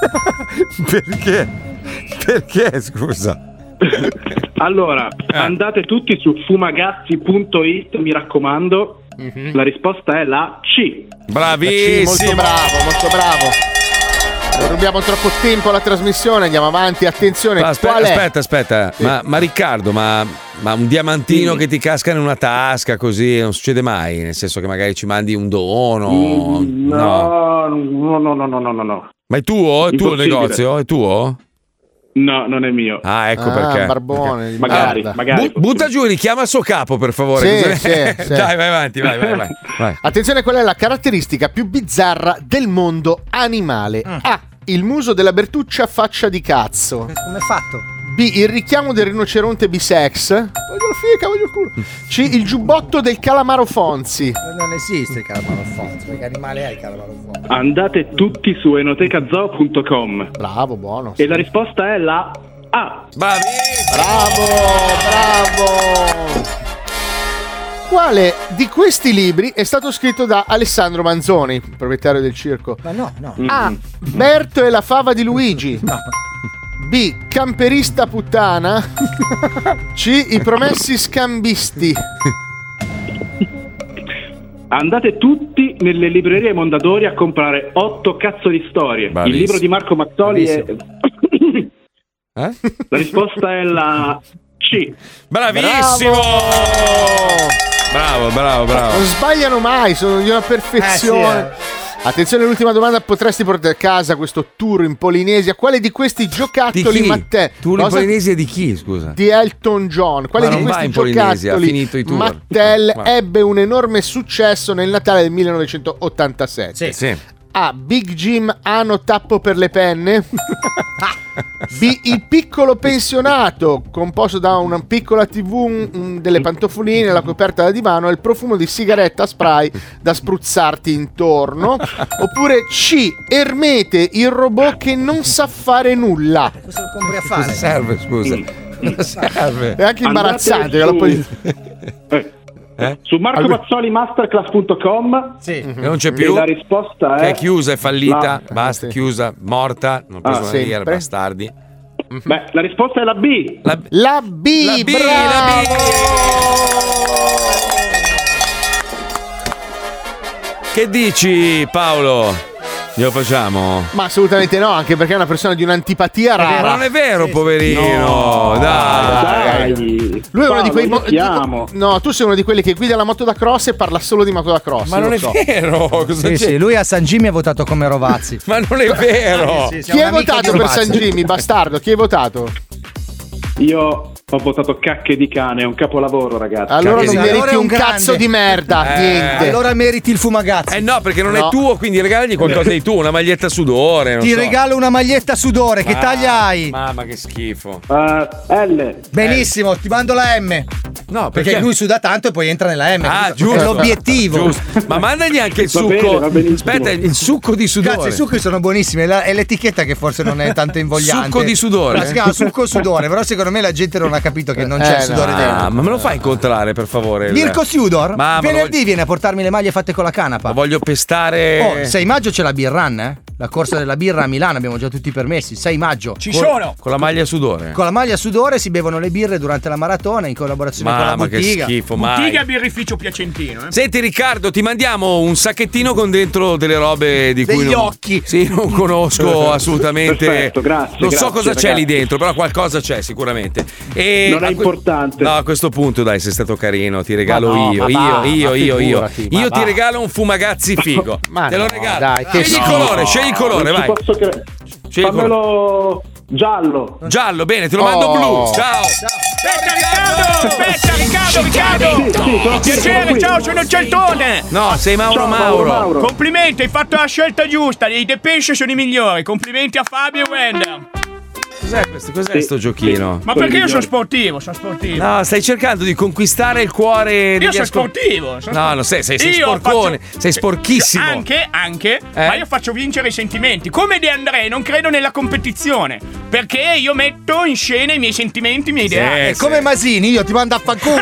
Perché? Perché, scusa? Allora, andate tutti su fumagazzi punto it, mi raccomando. La risposta è la C. Bravissimo. Sì, molto bravo, molto bravo. Non rubiamo troppo tempo alla trasmissione, andiamo avanti. Attenzione, Ma aspetta, qual è? aspetta, aspetta. Sì. Ma, ma Riccardo, ma, ma un diamantino Sì. che ti casca in una tasca così non succede mai? Nel senso che magari ci mandi un dono? Mm, No, no, no, no, no, no, no, no. Ma è tuo? È tuo il Impossibile. negozio? È tuo? No, non è mio. Ah, ecco Ah, perché. barbone, di Magari, merda. magari. Bu- butta giù, richiama il suo capo, per favore. Sì, Così- sì, sì. Dai, vai avanti, vai, vai, vai. vai. Attenzione, qual è la caratteristica più bizzarra del mondo animale? Mm. A. Il muso della Bertuccia faccia di cazzo. Come è fatto? B. Il richiamo del rinoceronte bisex. Voglio la fica, voglio il culo. C. Il giubbotto del calamaro Fonzi. Non esiste il calamaro Fonzi. Che animale è il calamaro Fonzi? Andate tutti su enotecazoo punto com. Bravo, buono. E la risposta è la A. Bravissimo. Bravo, bravo. Quale di questi libri è stato scritto da Alessandro Manzoni, proprietario del circo? Ma no, no. A. Berto e la fava di Luigi. B. Camperista puttana. C. I promessi scambisti. Andate tutti nelle librerie Mondadori a comprare otto cazzo di storie. Bravissimo. Il libro di Marco Mazzoli è... Eh? La risposta è la C. Bravissimo! Bravo, bravo, bravo. Non sbagliano mai, sono di una perfezione. Eh, sì, eh. Attenzione all'ultima domanda, potresti portare a casa questo tour in Polinesia? Quale di questi giocattoli, Matteo? Tour in Cosa- Polinesia di chi, scusa? Di Elton John. Quale Ma di non va questi in Polinesia, ha giocattoli finito i tour. Mattel Ma- ebbe un enorme successo nel Natale del millenovecentottantasette? Sì. A. Big Jim Ano Tappo per le penne. B. Il piccolo pensionato, composto da una piccola tivù, un- un- delle pantofoline, la coperta da divano e il profumo di sigaretta spray da spruzzarti intorno. Oppure C. Ermete, il robot che non sa fare nulla. Cosa lo compri a Cosa fare? serve, scusa? Cosa serve? È anche imbarazzante. Andate che la su- poi- Eh? Su marcomazzolimasterclass punto com Sì. Che non c'è più? la risposta è Che è chiusa, è fallita, la- basta, sì. chiusa, morta, non Ah, posso sempre. dire, bastardi. Beh, la risposta è la B. La, La B, la B, bravo! la B. Che dici, Paolo? Glielo facciamo? Ma assolutamente no, anche perché è una persona di un'antipatia rara. Ma non è vero, poverino. No, dai. Dai. Lui è uno di quei mo- iniziamo. No, tu sei uno di quelli che guida la moto da cross e parla solo di moto da cross. Ma non lo è so. vero. Cosa Sì, c'è? sì, lui a San Jimmy ha votato come Rovazzi. Ma non è vero. Sì, sì, Chi è hai un amico votato di per Rovazzi. San Jimmy, bastardo? Chi hai votato? Io ho votato cacche di cane, è un capolavoro, ragazzi. Allora Cacche non di- meriti allora è un, un grande. cazzo di merda. Eh, Niente. Allora meriti il fumagazzi. Eh no, perché non No. è tuo, quindi regalagli qualcosa di tuo, una maglietta sudore. Non Ti so. regalo una maglietta sudore. Che Ah, taglia hai? Mamma, che schifo. Uh, L. Benissimo, ti mando la M. No, Perché lui suda tanto e poi entra nella M. Ah, capito? giusto. È l'obiettivo. Giusto. Ma mandagli anche il Va succo. bene, va benissimo. Aspetta, il succo di sudore. Cazzo, i succhi sono buonissimi. È, la- è l'etichetta che forse non è tanto invogliante. Succo di sudore. Ma si chiama succo sudore. Però secondo me la gente non ha capito che non c'è Eh, il sudore no. dentro. Ah, ma me lo fai incontrare, per favore? il- Mirko Sudor Ma- ma lo venerdì voglio- viene a portarmi le maglie fatte con la canapa. Lo voglio pestare. Oh, sei maggio c'è la beer run, eh? La corsa della birra a Milano, abbiamo già tutti i permessi. sei maggio. Ci Con- sono. Con la maglia sudore. Con la maglia sudore si bevono le birre durante la maratona in collaborazione con la Mamma, che Bottiga. schifo, mai. Bottiga birrificio Piacentino, eh. Senti Riccardo, ti mandiamo un sacchettino con dentro delle robe di cui Degli non, occhi. Sì, non conosco assolutamente. Perfetto, grazie, Non so grazie, cosa c'è ragazzi. lì dentro, però qualcosa c'è sicuramente. E Non è a que- importante. No, a questo punto dai, sei stato carino, ti regalo Ma no, io, ma io, va, io, ma io, io. figurati, ma Io ti va. regalo un fumagazzi figo. Ma Te lo no, regalo. dai, che scegli il schifo. colore, scegli il colore, Non ci vai. posso cre- Scegli il colore. Fammelo giallo. Giallo, bene, te lo mando Oh. blu. Ciao. Aspetta Riccardo, aspetta Riccardo, Riccardo. Sì, sì, sono qui, Piacere, sono qui. ciao, sono il Celtone. No, sei Mauro Ciao, Mauro. Mauro, Mauro. Complimenti, hai fatto la scelta giusta. I Depeche sono i migliori. Complimenti a Fabio e Wender. Cos'è questo? Cos'è Sì, sto giochino? Ma Sono perché io migliori. sono sportivo, sono sportivo. No, stai cercando di conquistare il cuore degli Io sono ascol- sportivo. sono No, sport- no, sei, sei, sei Io sporcone, faccio- sei sporchissimo. Anche, anche, Eh? ma io faccio vincere i sentimenti. Come De André, non credo nella competizione. Perché io metto in scena i miei sentimenti, i miei ideali. Eh, È come Masini, io ti mando a fanculo.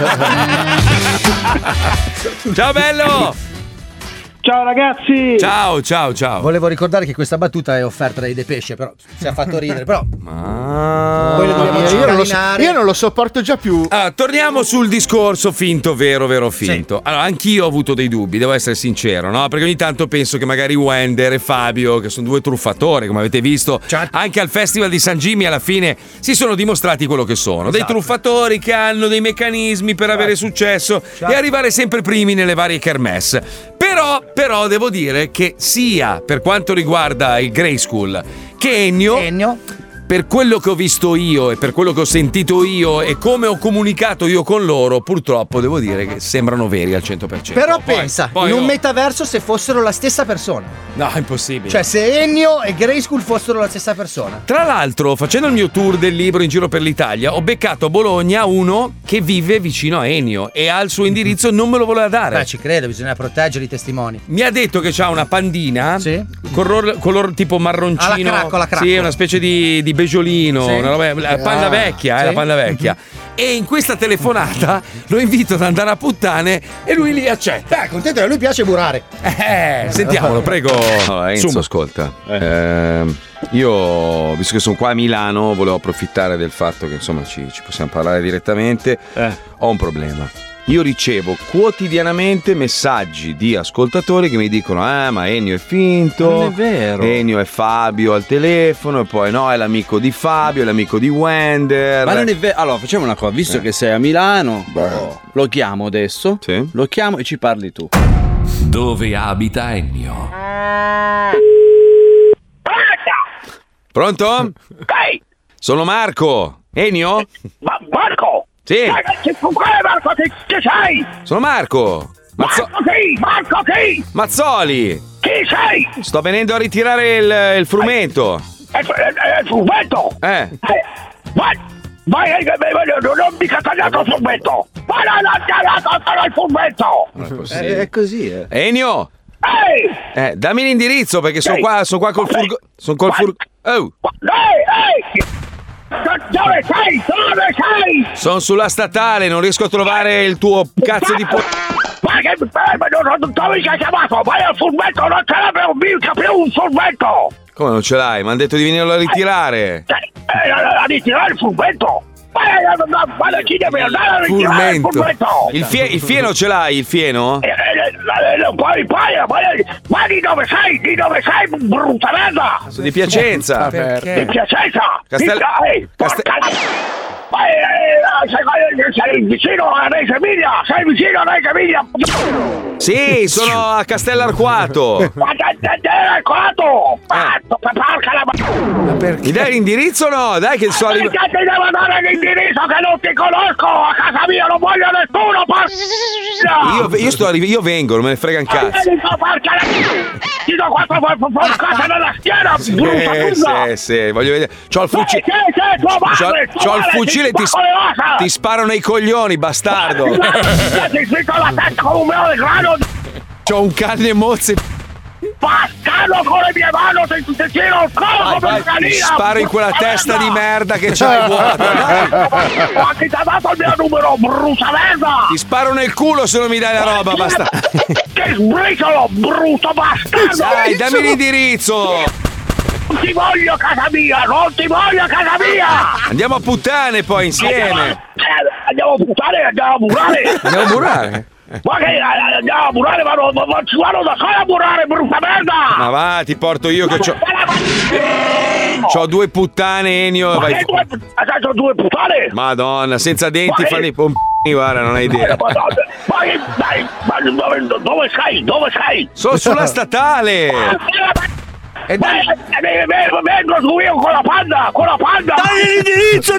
Ciao bello! Ciao ragazzi. Ciao, ciao, ciao. Volevo ricordare che questa battuta è offerta dai Depeche, però si è fatto ridere. Però Ah, poi lo dobbiamo io, non lo so- cicalinare. io non lo sopporto già più. Allora, torniamo sul discorso finto, vero, vero, finto. Allora, anch'io ho avuto dei dubbi, devo essere sincero, no? Perché ogni tanto penso che magari Wender e Fabio, che sono due truffatori, come avete visto, anche al Festival di San Jimmy alla fine si sono dimostrati quello che sono. Dei Esatto. truffatori che hanno dei meccanismi per avere successo e arrivare sempre primi nelle varie kermesse. Però, però devo dire che sia per quanto riguarda il Grey School che Ennio, Ennio. per quello che ho visto io e per quello che ho sentito io e come ho comunicato io con loro, purtroppo devo dire che sembrano veri al cento per cento. Però Poi- pensa, poi in un oh, metaverso se fossero la stessa persona. No, è impossibile. Cioè se Ennio e Grayskull fossero la stessa persona. Tra l'altro, facendo il mio tour del libro in giro per l'Italia, ho beccato a Bologna uno che vive vicino a Ennio e ha il suo indirizzo, non me lo voleva dare. Beh, ci credo, bisogna proteggere i testimoni. Mi ha detto che c'ha una pandina Sì. color, color tipo marroncino. Alla cracco, alla cracco. Sì, una specie di, di beggiolino, Sì. una roba, la panda Ah, vecchia, eh, sì. la panda vecchia. E in questa telefonata lo invito ad andare a puttane e lui li accetta. Dai, contento che a lui piace burare. Eh, sentiamolo, prego. Allora, Enzo, Insomma. ascolta. Ehm, io, visto che sono qua a Milano, volevo approfittare del fatto che insomma ci, ci possiamo parlare direttamente. Ho un problema. io ricevo quotidianamente messaggi di ascoltatori che mi dicono ah ma Ennio è finto, non è vero, Ennio è Fabio al telefono e poi no è l'amico di Fabio, è l'amico di Wender. Ma non è vero. Allora facciamo una cosa, visto Eh. che sei a Milano, lo chiamo adesso, sì. lo chiamo e ci parli tu. Dove abita Ennio? Pronto? Ehi! Sono Marco. Ennio? Ma Marco! Sì. Ragazzi, quale Marco? Che, che sei? Sono Marco. Mazzo- Marco chi? Marco chi? Mazzoli. Chi sei? Sto venendo a ritirare il, il frumento. È il frumento? Eh. Eh, vai! Vai, eh, eh, non non mica tagliato il frumento! Ma non ho tagliato il frumento! Eh, è così, eh. Ennio. Ehi! Eh, dammi l'indirizzo perché sono Ehi. qua, sono qua col furgo. Sono col furgo. Oh. Ehi, ehi! Dove sei? Dove sei? Sono sulla statale, non riesco a trovare il tuo cazzo di po- Ma che eh, ma non, non, dove sei chiamato? Vai al furbetto, non ce l'abbiamo mica più un furbetto! Come non ce l'hai? Mi hanno detto di venirlo a ritirare. Eh, a, a ritirare il furbetto! Ma ma chi deve andare a ritirare il Furmento. furbetto? Il, fie- il fieno ce l'hai, il fieno? Eh, eh, eh, eh, Poi, poi, poi, ma di dove sei? Di dove sei, brutta merda? Sono di Piacenza. Di Piacenza? Castel- Di- ehi, porca Ma eh, sei, sei vicino a Reggio Emilia? Sei vicino a Reggio Emilia? Sì, sono a Castellarquato. Ma da da quattro! Ma porca la Mi dai l'indirizzo o no? Dai che so arrivato. Perché ti devo dare l'indirizzo che non ti conosco? A casa mia non voglio nessuno, porca! Io, io sto arri- io vengo, non me ne frega un cazzo. Porca la ti do quattro porcate nella schiena, brutta Sì, puta! sì, sì, voglio vedere. C'ho il fucile. Sì, sì, sì, tua madre, C'ho, tua c'ho il madre, fucile e ti, spacco le ossa! ti sparo nei coglioni, bastardo. Ti spicco la testa come un meo di grano! C'ho un canne mozze. Bastardo con le mie mani, ti, ti tiro il collo come un canino! Sparo in quella testa di merda che c'hai vuota. Dai. Ma chi ti ha dato il mio numero, brutta merda! Ti sparo nel culo se non mi dai la roba, basta. Che sbriciolo, brutto bastardo! Dai, dammi l'indirizzo. Non ti voglio a casa mia, non ti voglio a casa mia! Andiamo a puttane poi insieme. Eh, andiamo a buttare, andiamo a burrare! Andiamo a burrare. Ma che eh, andiamo a burrare, ma non, non ci vanno da sola a burrare, brutta merda! Ma va, ti porto io che c'ho. C'ho due puttane, Ennio. Ma Vai. che due, adesso due puttane? Madonna, senza denti Ma fanno che- i pompini, guarda, non hai idea. Ma, ma, ma, che- dai, ma dove, dove sei? Dove sei? Sono sulla statale. E dai, eh, vengo su io con la panda, con la panda! Dai l'indirizzo!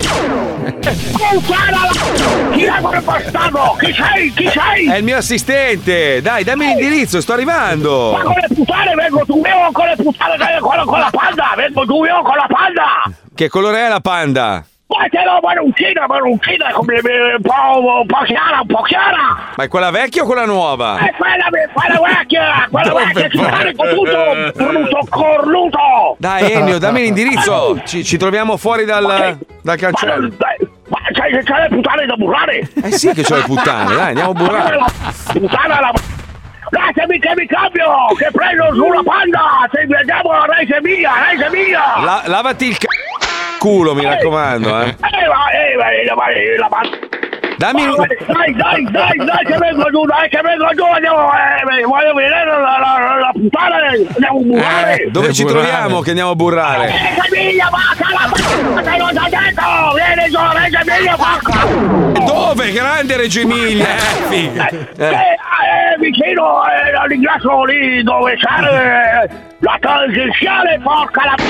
Chi è quel bastardo? Chi sei? Chi sei? È il mio assistente. Dai, dammi l'indirizzo, sto arrivando. Ma con le puttane vengo tu io con le puttane con la, con la panda! Vengo tu io con la panda! Che colore è la panda? Ma che no, marroncina, marroncina, come eh, un po', un po' chiara, un po' chiara! Ma è quella vecchia o quella nuova? È quella, quella vecchia! Quella Dove vecchia, ci vai? carico tutto, brutto cornuto! Dai, Ennio, dammi l'indirizzo. Ci, ci troviamo fuori dal, dal cancello. Ma c'hai, c'hai le puttane da burrare? Eh sì che c'ho le puttane, dai, andiamo a burrare. Puttana la... Lasciami che mi cambio, che prendo sulla panda! Se vediamo a Reggio Emilia, Reggio Emilia! La- lavati il c***o culo, mi raccomando, eh. Eh, ma, eh, ma, eh, ma, eh, la ma... Dammi Ma, un- Dai, dai, dai, dai, che vengo giù, dai, che vengo giù, andiamo, eh, voglio vedere la, la, la, la puttana, andiamo a burrare! Eh, dove ci troviamo che andiamo a burrare? Reggio Emilia, basta la p***a, te l'ho già detto! Vieni giù a Reggio Emilia, porca! Dove? Grande Reggio Emilia, eh, figa. Eh, Eh. eh, vicino eh, all'ingresso lì dove c'è eh, la tangenziale, porca la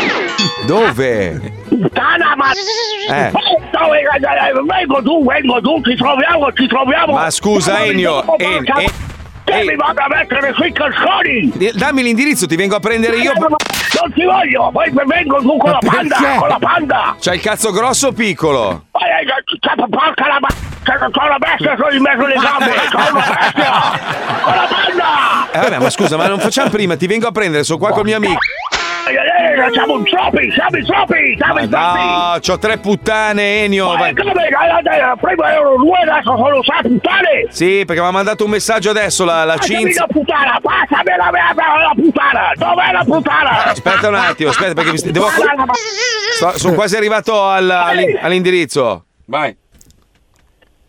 Dove? puttana, ma Eh. Eh, dove, eh, vengo tu, vengo tu, ci troviamo, ci troviamo. Ma scusa, Dove Ennio, dopo, En- porca- En- che mi vado a mettere sui calzoni. Di- Dammi l'indirizzo, ti vengo a prendere io. Eh, ma non ti voglio, poi vengo tu con la panda, perché? con la panda. C'hai il cazzo grosso o piccolo? Eh, eh, porca la ma- c'ho una bestia solo in mezzo alle gambe, c'ho una bestia, con la panda. Eh vabbè, ma scusa, ma non facciamo prima, ti vengo a prendere, sono qua col mio amico. Eh, eh, siamo in troppi, siamo in troppi, siamo Ma in troppi. no, c'ho tre puttane, Ennio. Ma vai. come? Eh, eh, prima erano due, adesso sono sei puttane. Sì, perché mi ha mandato un messaggio adesso la, la Passami Cinzia. la puttana, passami la, la, la, la puttana. Dov'è la puttana? Aspetta un attimo, aspetta perché mi st- devo... Sto- sono quasi arrivato al- all'in- all'indirizzo. Vai. Basta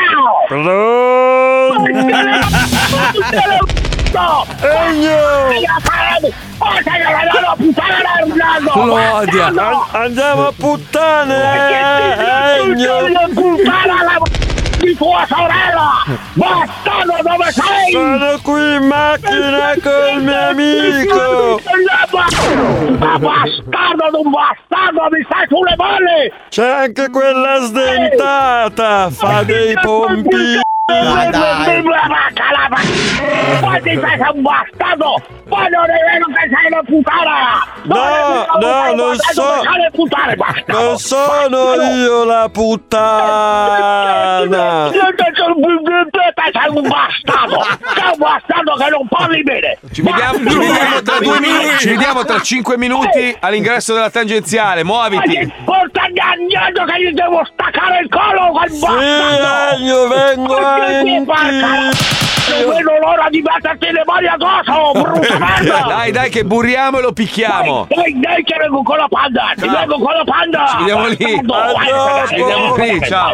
Lo odia. Andiamo a puttane! Egno! Puttana la di tua sorella! Bastardo, dove sei? Sono qui in macchina col mio amico! Ma bastardo, non bastardo, mi stai sulle balle! C'è anche quella sdentata! Fa dei pompi! Ma dai! Poi ti sei un bastardo! Poi non è vero che sei una puttana! No, no, non so! Non sono io la puttana! Sei un bastardo! Sei un bastardo che non parli bene! Ci vediamo, ci vediamo tra due minuti, ci vediamo tra cinque minuti all'ingresso della tangenziale, muoviti! Porta ingagnato che gli devo staccare il collo quel bastardo! Sì, io vengo anche! Non vedo l'ora di metterti le mani addosso, brutta merda! Dai, dai, che burriamo e lo picchiamo! Dai, dai, che vengo con la panda! Ti vengo con la panda! Ci vediamo lì! Ci vediamo lì, ciao!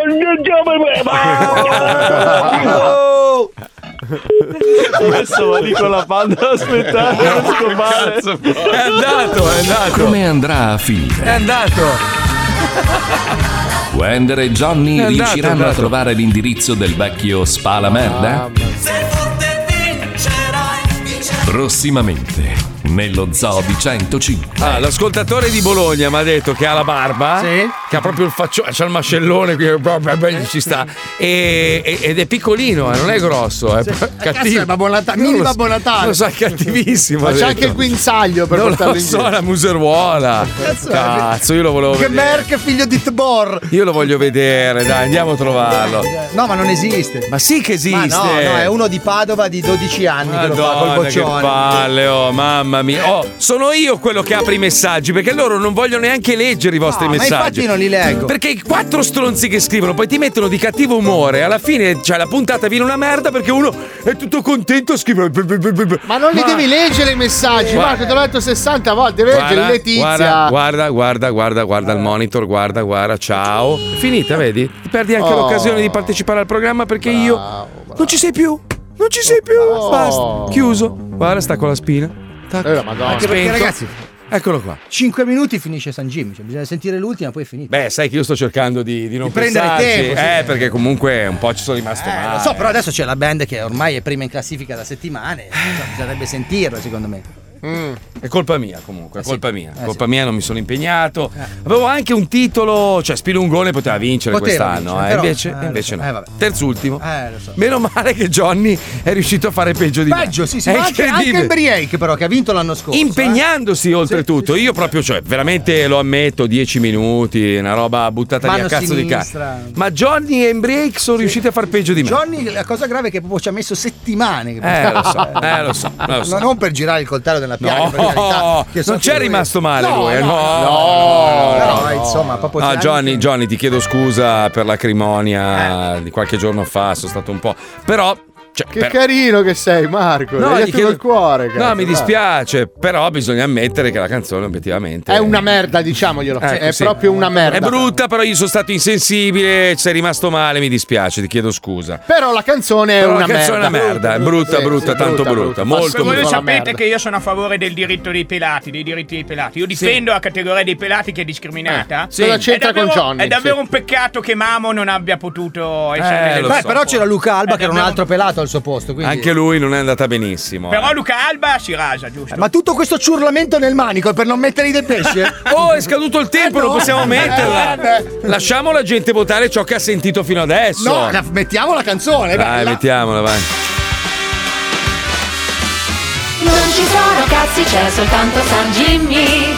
Adesso va lì con la panda ad aspettare a scopare. È andato, è andato! Come andrà a finire? È andato! Wender e Johnny È andato, riusciranno è andato. a trovare l'indirizzo del vecchio Spala Merda? Prossimamente nello Zoo di centocinque. Ah, l'ascoltatore di Bologna mi ha detto che ha la barba, Sì. che ha proprio il faccione, c'ha il mascellone, qui, ci sta, e- e- ed è piccolino, eh, non è grosso, è Cazzo, cattivo. è Babbo Natale, mini Non lo Babbo so, Natale. Lo so, è cattivissimo. Ma ha c'è detto. anche il guinzaglio per Non portarlo lo in so, giro. la museruola. Cazzo è? Cazzo, io lo volevo Che vedere. Merck, figlio di Tbor! Io lo voglio vedere, dai, andiamo a trovarlo. No, ma non esiste. Ma sì che esiste. Ma no, no, è uno di Padova di dodici anni che lo fa col Madonna, che boccione. palle, oh, mamma mia. Oh, sono io quello che apre i messaggi perché loro non vogliono neanche leggere i vostri No, ma messaggi. infatti non li leggo. Perché i quattro stronzi che scrivono poi ti mettono di cattivo umore. Alla fine, cioè, la puntata viene una merda perché uno è tutto contento a scrivere. Ma non li devi leggere i messaggi, Guarda. Marco, te l'ho detto sessanta volte, devi leggere Letizia. guarda, guarda, guarda, guarda, guarda il monitor, guarda, guarda, ciao. Finita, vedi? Ti perdi anche Oh. l'occasione di partecipare al programma perché io non ci sei più. Non ci sei più. Basta, chiuso. Guarda, sta con la spina. Tac. Eh, Madonna. Anche perché, Spento. ragazzi, Eccolo qua. cinque minuti finisce San Jimmy, cioè bisogna sentire l'ultima, poi è finito. Beh, sai che io sto cercando di, di non Di prendere pensarci. tempo, sì. Eh, perché comunque un po' ci sono rimasto Eh, male. lo so, però adesso c'è la band che ormai è prima in classifica da settimane, cioè, bisognerebbe sentirla, secondo me. È colpa mia comunque, è Eh, colpa sì. mia. Eh, colpa sì. mia, non mi sono impegnato. Avevo anche un titolo, cioè Spilungone poteva vincere Poteva quest'anno, vincere, eh, però- invece, eh, invece lo no. so. Eh, vabbè. Terzultimo. Eh, lo so. Meno male che Johnny è riuscito a fare peggio di me. Peggio, sì, sì, È ma anche, anche incredibile. il break però che ha vinto l'anno scorso. Impegnandosi oltretutto, io proprio, cioè, veramente lo ammetto, dieci minuti, una roba buttata Mano via cazzo di sinistra. cazzo. Ma Johnny e Embriake sono riusciti a far peggio di me. Johnny, la cosa grave è che proprio ci ha messo settimane. Che Eh, lo so, eh, lo so, lo so. No, non per girare il coltello della piaga, No, per carità, che so non che c'è lui- rimasto male No, lui, eh, no, no, no, no, però, no. insomma, proprio No, c'è Johnny, anche- Johnny, ti chiedo scusa per l'acrimonia di qualche giorno fa, sono stato un po'. Però. Cioè, Che per- carino che sei, Marco. No, No, gli hai chiedo- il cuore. Cazzo, No, mi dai. dispiace, però bisogna ammettere che la canzone obiettivamente È una merda, diciamoglielo. Ecco, è sì. proprio una merda. È brutta, però io sono stato insensibile, ci sei rimasto male, mi dispiace, ti chiedo scusa. Però la canzone è Però una la canzone merda. è una merda, è brutta, Sì, brutta, sì, tanto brutta, brutta, brutta. molto Voi brutta. sapete che io sono a favore del diritto dei pelati, dei diritti dei pelati. Io difendo la categoria dei pelati che è discriminata. Eh, sì. Cosa c'entra È davvero- con Johnny? È davvero Sì. un peccato che Mamo non abbia potuto essere Eh, nelle lo Beh, so. però c'era Luca Alba È che era un davvero- altro pelato al suo posto. Quindi... Anche lui non è andata benissimo. Però eh. Luca Alba si rasa, giusto? Eh, Ma tutto questo ciurlamento nel manico è per non mettere dei pesci? Oh, è scaduto il tempo, Eh, no. non possiamo metterla. Eh, beh. Lasciamo la gente votare ciò che ha sentito fino adesso. No, la- mettiamo la canzone. Dai, bella. mettiamola, vai. Non ci sono cazzi, c'è soltanto San Jimmy.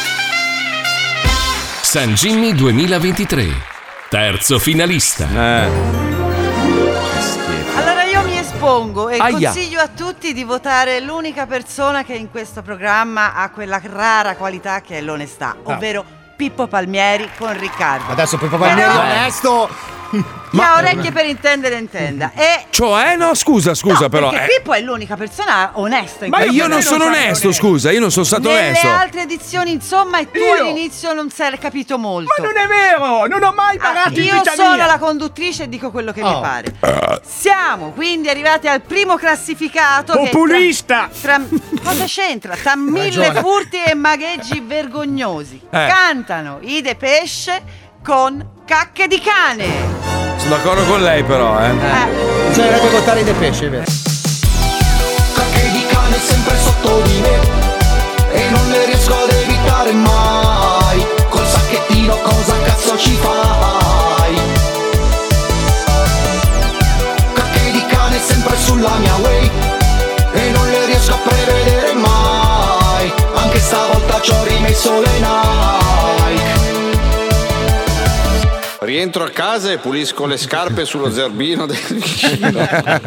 San Jimmy duemilaventitré. Terzo finalista. Eh. Allora io mi espongo e Aia. consiglio a tutti di votare l'unica persona che in questo programma ha quella rara qualità che è l'onestà, ovvero Pippo Palmieri con Riccardo. Adesso Pippo Palmieri Però- onesto. Chi ha orecchie per intendere intenda. E Cioè, no, scusa, scusa, no, però. perché eh. Pippo è l'unica persona onesta in Ma questo io non momento. sono onesto, scusa, io non sono stato Nelle onesto. altre edizioni, insomma, e tu Io? all'inizio non sei capito molto. Ma non è vero, non ho mai barato in Io vita sono mia. la conduttrice e dico quello che mi Oh. pare. Siamo quindi arrivati al primo classificato. che Populista. Tra, tra- cosa c'entra? Tra mille ragione. furti e magheggi vergognosi. Eh. Cantano i Depeche con Cacche di cane. Sono d'accordo con lei, però, eh. Bisognerebbe votare i Depeche, è vero. Cacche di cane sempre sotto di me e non le riesco ad evitare mai. Col sacchettino cosa cazzo ci fai? Cacche di cane sempre sulla mia way e non le riesco a prevedere mai. Anche stavolta ci ho rimesso le Nike. Rientro a casa e pulisco le scarpe sullo zerbino del vicino.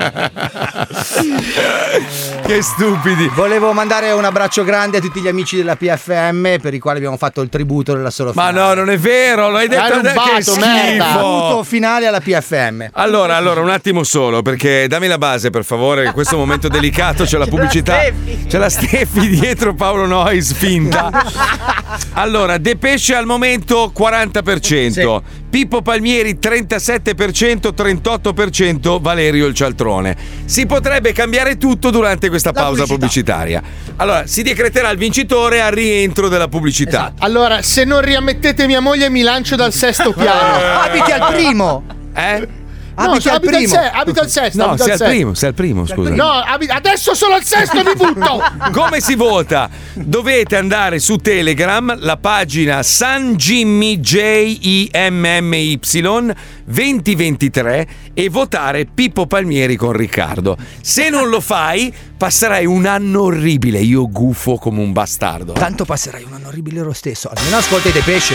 Che stupidi. Volevo mandare un abbraccio grande a tutti gli amici della P F M per i quali abbiamo fatto il tributo della solo Ma finale. no, non è vero, lo hai detto Hai adesso, rubato, che schifo. merda. Tributo finale alla P F M. Allora, allora, un attimo solo, perché dammi la base, per favore, in questo momento delicato c'è la pubblicità. C'è la Steffi dietro Paolo Noyes, finta. Allora, Depeche al momento quaranta per cento, Pippo Palmieri trentasette per cento, trentotto per cento Valerio il Cialtrone. Si potrebbe cambiare tutto durante questa pausa pubblicitaria. Allora, si decreterà il vincitore al rientro della pubblicità. Allora, se non riammettete mia moglie mi lancio dal sesto piano. Abiti al primo. Eh? No, Abiti al abito al primo. se- abito al sesto. No, abito sei al sesto. primo, sei al primo, scusa. No, abi- adesso sono al sesto e mi butto. Come si vota? Dovete andare su Telegram, la pagina San Jimmy J I M M Y venti ventitré e votare Pippo Palmieri con Riccardo. Se non lo fai, passerai un anno orribile. Io gufo come un bastardo. Tanto passerai un anno orribile lo stesso. Almeno ascolta i Depeche.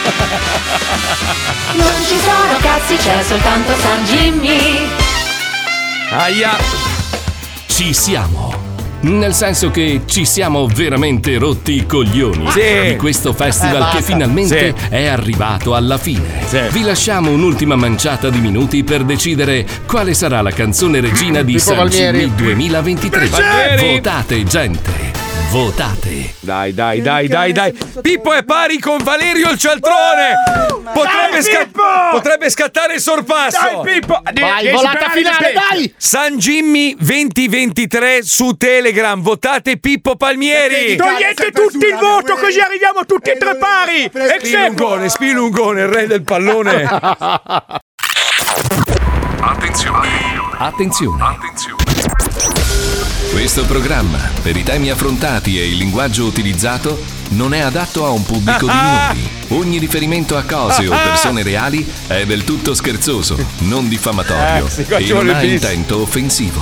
Non ci sono cazzi, c'è soltanto San Jimmy. Aia. Ci siamo. Nel senso che ci siamo veramente rotti i coglioni Sì. di questo festival Eh, basta. che finalmente Sì. è arrivato alla fine. Sì. Vi lasciamo un'ultima manciata di minuti per decidere quale sarà la canzone regina di Pippo San Palmieri. Jimmy duemilaventitré. Palmieri. Votate, gente. Votate. Dai, dai, dai, dai, dai. Pippo è pari con Valerio il Cialtrone. Potrebbe, Dai, sca- Pippo! potrebbe scattare il sorpasso. Dai Pippo. Vai, Riesci volata per finale, Depeche. dai. San Jimmy venti ventitré su Telegram. Votate Pippo Palmieri. Togliete tutti il voto così arriviamo tutti e tre pari. Ex aequo. Spilungone, Spilungone, il re del pallone. Attenzione. Attenzione. Questo programma, per i temi affrontati e il linguaggio utilizzato, non è adatto a un pubblico di minori. Ogni riferimento a cose o persone reali è del tutto scherzoso, non diffamatorio Eh, sì, qua e ci non vuole ha il bis. intento offensivo.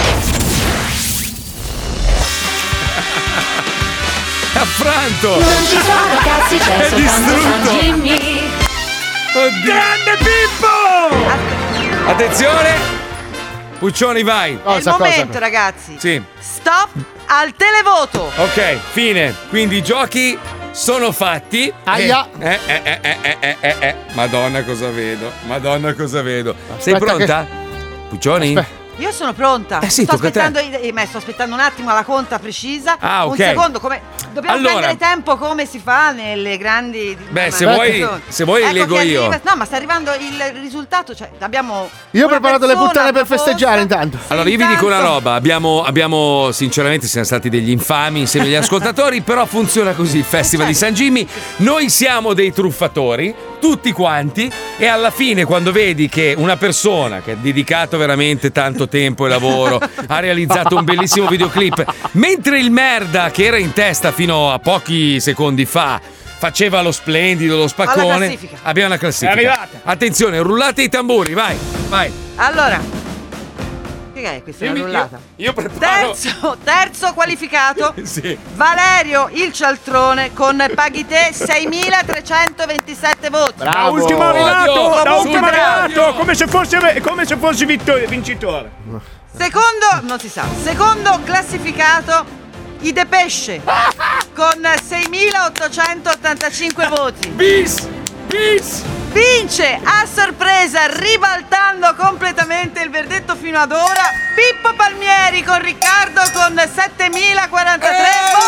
È affranto. Non ci sono cazzi, c'è È soltanto distrutto. San Jimmy. Oddio. Grande Pippo. Attenzione. Puccioni, vai. È il Cosa, momento, cosa? ragazzi. Sì. Stop al televoto. Ok, fine. Quindi i giochi sono fatti. Aia. Eh, eh, eh, eh, eh, eh, eh, eh. Madonna cosa vedo. Madonna cosa vedo. Sei Aspetta pronta? Puccioni? Aspetta. Io sono pronta. Eh sì, sto tocca a te. aspettando, i- eh, ma sto aspettando un attimo la conta precisa. Ah, ok. Un secondo, come dobbiamo Allora. prendere tempo come si fa nelle grandi. Beh, se ma- vuoi- se vuoi Ecco leggo che io. arriva- No, ma sta arrivando il risultato, cioè abbiamo Io ho una preparato le persona puttane per proposta. festeggiare intanto. Allora, io vi dico una Intanto- roba, abbiamo, abbiamo sinceramente siamo stati degli infami insieme agli ascoltatori, però funziona così il Festival di San Jimmy. Noi siamo dei truffatori, tutti quanti, e alla fine quando vedi che una persona che ha dedicato veramente tanto tempo e lavoro, ha realizzato un bellissimo videoclip, mentre il merda che era in testa fino a pochi secondi fa faceva lo splendido, lo Alla spaccone, classifica. abbiamo una classifica. È arrivata. Attenzione, rullate i tamburi, vai, vai. Allora, che è questa? È Io una mi- rullata. io- io preparo- Terzo, terzo qualificato. Sì. Valerio il Cialtrone con paghi te seimilatrecentoventisette voti. Da ultimo arrivato, Oddio, da ultimo super arrivato, radio. come se fosse come se fossi vittor- vincitore. Secondo, non si sa, secondo classificato i Depeche con seimilaottocentottantacinque voti. Bis! Bis! vince a sorpresa, ribaltando completamente il verdetto fino ad ora, Pippo Palmieri con Riccardo con settemilaquarantatré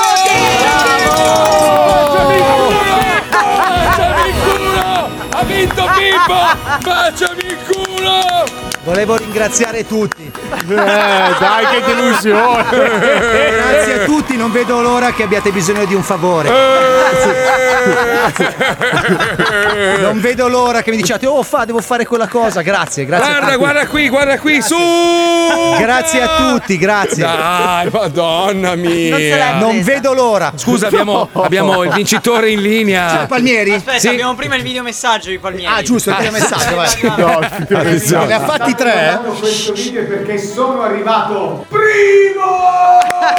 voti. Ha vinto Pippo! Baciami il culo! Volevo ringraziare tutti. Eh, dai, che delusione! Grazie a tutti, non vedo l'ora che abbiate bisogno di un favore. Grazie. Non vedo l'ora che mi diciate, oh fa, devo fare quella cosa. Grazie, grazie. Guarda, guarda qui, guarda qui, su! Grazie a tutti, grazie. Dai, madonna mia. Non vedo l'ora. Scusa, abbiamo, abbiamo il vincitore in linea. C'è Palmieri? Aspetta, Sì. abbiamo prima il videomessaggio di Palmieri. Ah, giusto, il videomessaggio, vai. No, ne ha fatti tre? Questo video perché sono arrivato primo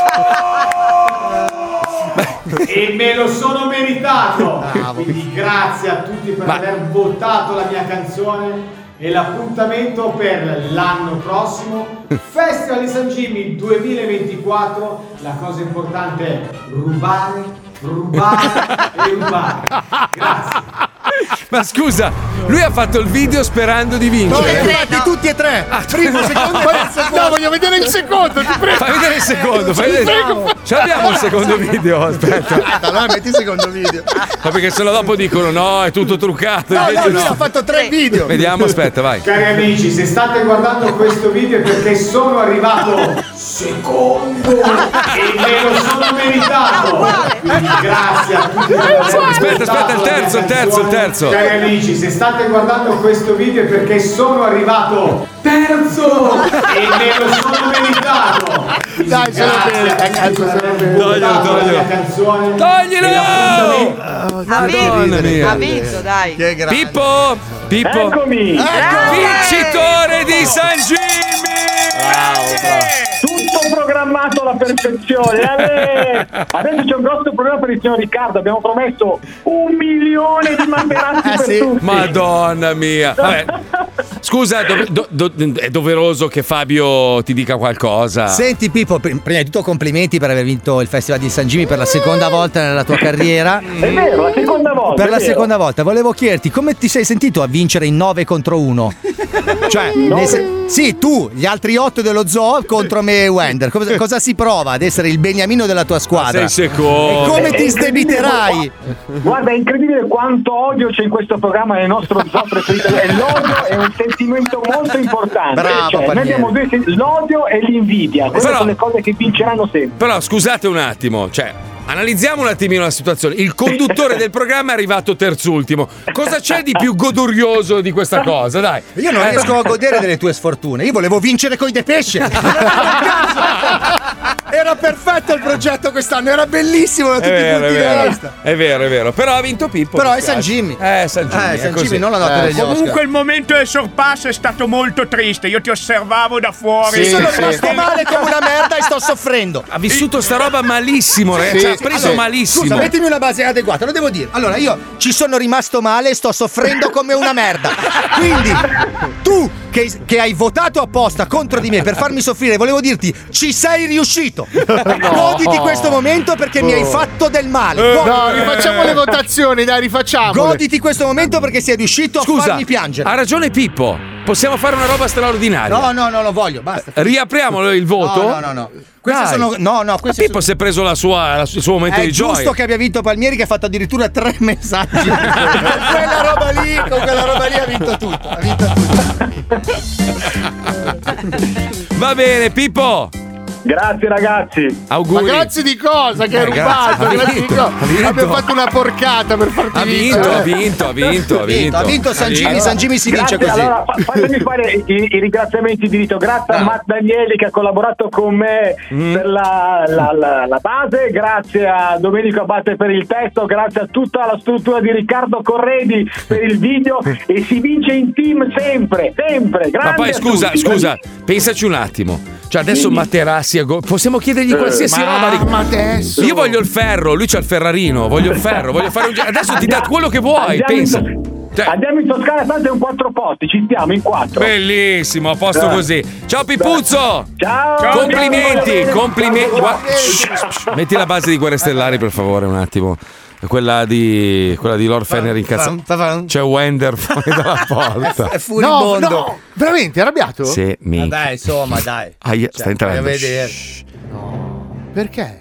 e me lo sono meritato. Quindi grazie a tutti per Ma... aver votato la mia canzone. E l'appuntamento per l'anno prossimo, Festival di San Jimmy duemilaventiquattro. La cosa importante è rubare, rubare e rubare. Grazie. Ma scusa, lui ha fatto il video sperando di vincere. No, no. Tutti e tre. Ah, primo, no. secondo e terzo. No, voglio vedere il secondo, ti prego. Fai vedere il secondo, fai vedere. Ce l'abbiamo il secondo video, aspetta. Aspetta, allora metti il secondo video. Ma perché sennò dopo dicono no, è tutto truccato. No, no, Invece lui ha fatto tre video. Vediamo, aspetta, vai. Cari amici, se state guardando questo video è perché sono arrivato secondo e me lo sono meritato. Quindi grazie a tutti. Aspetta, aspetta, il terzo, il terzo, il terzo. Cari amici, se state guardando questo video è perché sono arrivato terzo e me lo sono meritato. Dai, se lo merita, cazzo, se lo merita. Toglilo, toglilo. Canzone. Toglilo! Ha vinto, mia. ha vinto, dai. Che grande. Pippo, Pippo, Eccomi. vincitore di San Jimmy! Tutto programmato alla perfezione. Ale! Adesso c'è un grosso problema per il signor Riccardo. Abbiamo promesso un milione di manterazzi Eh, per sì. tutti. Madonna mia. Vabbè. Scusa, do- do- do- è doveroso che Fabio ti dica qualcosa. Senti Pippo, pr- prima di tutto complimenti per aver vinto il Festival di San Jimmy per la seconda volta nella tua carriera. È vero, la seconda volta. Per è la vero. seconda volta, volevo chiederti come ti sei sentito a vincere in nove contro uno? Cioè, nel se- sì, tu, gli altri otto dello zoo contro me e Wender. Cosa, cosa si prova ad essere il beniamino della tua squadra? Sei secondo. E come È ti incredibile, sdebiterai? Guarda, è incredibile quanto odio c'è in questo programma nel nostro zoo preferito. E l'odio è un sentimento molto importante. Bravo, Cioè, noi Palmieri. abbiamo due sen- l'odio e l'invidia. Queste Però- sono le cose che vinceranno sempre. Però scusate un attimo, cioè, analizziamo un attimino la situazione. Il conduttore del programma è arrivato terzultimo. Cosa c'è di più godurioso di questa cosa? Dai. Io non Eh? riesco a godere delle tue sfortune. Io volevo vincere coi Depeche. Era perfetto il progetto quest'anno, era bellissimo da È tutti i vero, è punti di vero. vista. È vero, è vero. Però ha vinto Pippo. Però mi è San spiace. Jimmy. Eh, San Jimmy. Eh, è San così. Jimmy, non la notte Eh. degli Oscar. Comunque il momento del sorpasso è stato molto triste. Io ti osservavo da fuori. Sì, sono rimasto male come una merda e sto soffrendo. Ha vissuto sta roba malissimo, ragazzi. Sì. Ha preso Allora, malissimo. Scusa, mettimi una base adeguata, lo devo dire. Allora, io ci sono rimasto male e sto soffrendo come una merda. Quindi, tu che, che hai votato apposta contro di me per farmi soffrire, volevo dirti, ci sei riuscito. Goditi questo momento perché mi hai fatto del male. Goditi. No, rifacciamo le votazioni, dai, rifacciamo. Goditi questo momento perché sei riuscito a Scusa, farmi piangere. ha ragione Pippo. Possiamo fare una roba straordinaria. No, no, no, lo voglio, basta. Riapriamo il voto? No, no, no, no. Queste Dai. sono. No, no, Ma queste Pippo si è preso la sua, la su- il suo momento È di giusto gioia. che abbia vinto Palmieri, che ha fatto addirittura tre messaggi. Con quella roba lì, con quella roba lì ha vinto tutto. Ha vinto tutto. Va bene, Pippo. Grazie ragazzi. Auguri. Ma grazie di cosa che hai Eh, rubato? grazie. Ha Grazie di vinto, cosa? ha vinto. Abbiamo fatto una porcata per farti Ha vinto, vincere. ha vinto, ha vinto, ha vinto. Ha vinto San Jimmy, vinto. San Jimmy si vince Grazie, così. allora fa- fatemi fare i, i ringraziamenti di rito. Grazie a Bravo. Matt Danieli che ha collaborato con me Mm. per la, la- la- la base, grazie a Domenico Abate per il testo, grazie a tutta la struttura di Riccardo Corredi per il video e si vince in team sempre, sempre. Grande Ma poi a scusa, tutti. scusa, pensaci un attimo. Cioè adesso Dimmi. Materassi a go- possiamo chiedergli qualsiasi ma- roba. Ric- ma adesso? Io voglio il ferro, lui c'ha il Ferrarino, voglio il ferro, voglio fare un gi- adesso ti dà quello che vuoi, Andiamo pensa. in, Cioè- andiamo in Toscana, tanto è un quattro posti, ci stiamo in quattro. Bellissimo, a posto Eh. così. Ciao Pipuzzo! Ciao! Complimenti, Ciao. complimenti. Ciao. Gua- Shh, shh, shh. Metti la base di Guerre Stellari per favore un attimo. quella di quella di Lord Fener incazzato. C'è Wender fuori dalla porta. È furibondo. No, no, veramente, è arrabbiato? Sì, mi. Dai, insomma, dai. Aia, Cioè, sta entrando. vai a vedere. Perché?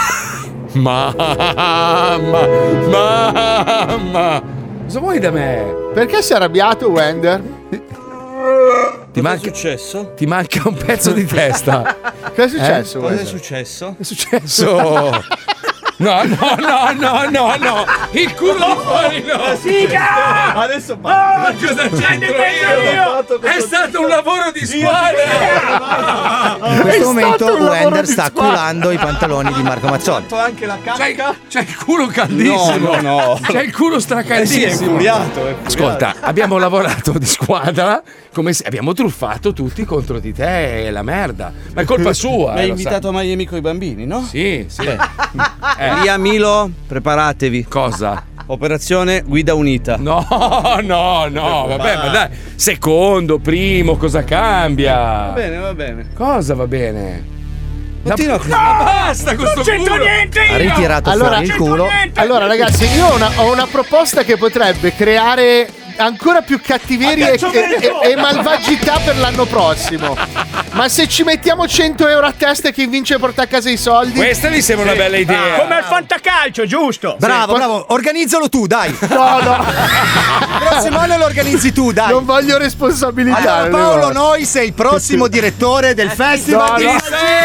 Mamma, mamma. Cosa vuoi da me? Perché sei arrabbiato, Wender? Ti manca, è successo? Ti manca un pezzo di testa. Che è successo? Eh? Cosa è Wender? successo? È successo. No, no, no, no, no, no. Il culo di fuori, no. Siga! Adesso Ma cosa c'entro io? È stato un lavoro di squadra. In questo momento Wender sta culando i pantaloni di Marco Mazzoli. anche la cacca. C'è il culo caldissimo. No, no, no. C'è il culo stracaldissimo. Eh sì, è infuriato, è infuriato. Ascolta, abbiamo lavorato di squadra come se abbiamo truffato tutti contro di te. È la merda. Ma è colpa sua. Mi hai eh, lo invitato a Miami con i bambini, no? Sì, sì. Eh. Via Milo, preparatevi. Cosa? Operazione guida unita. No, no, no, vabbè, ma dai. Secondo, primo, cosa cambia? Va bene, va bene. Cosa va bene? Continua così. Ma basta con sto Non c'entro culo. niente io! Ha ritirato Allora, fuori il culo. Allora, ragazzi, io ho una, ho una proposta che potrebbe creare ancora più cattiveria e, e, e malvagità per l'anno prossimo. Ma se ci mettiamo cento euro a testa e chi vince porta a casa i soldi. Questa mi sembra una bella idea. Come al fantacalcio, giusto? Bravo, bravo, organizzalo tu, dai. No, no. Il prossimo anno lo organizzi tu, dai. Non voglio responsabilità. Allora, Paolo Noi sei il prossimo direttore del festival. No, no.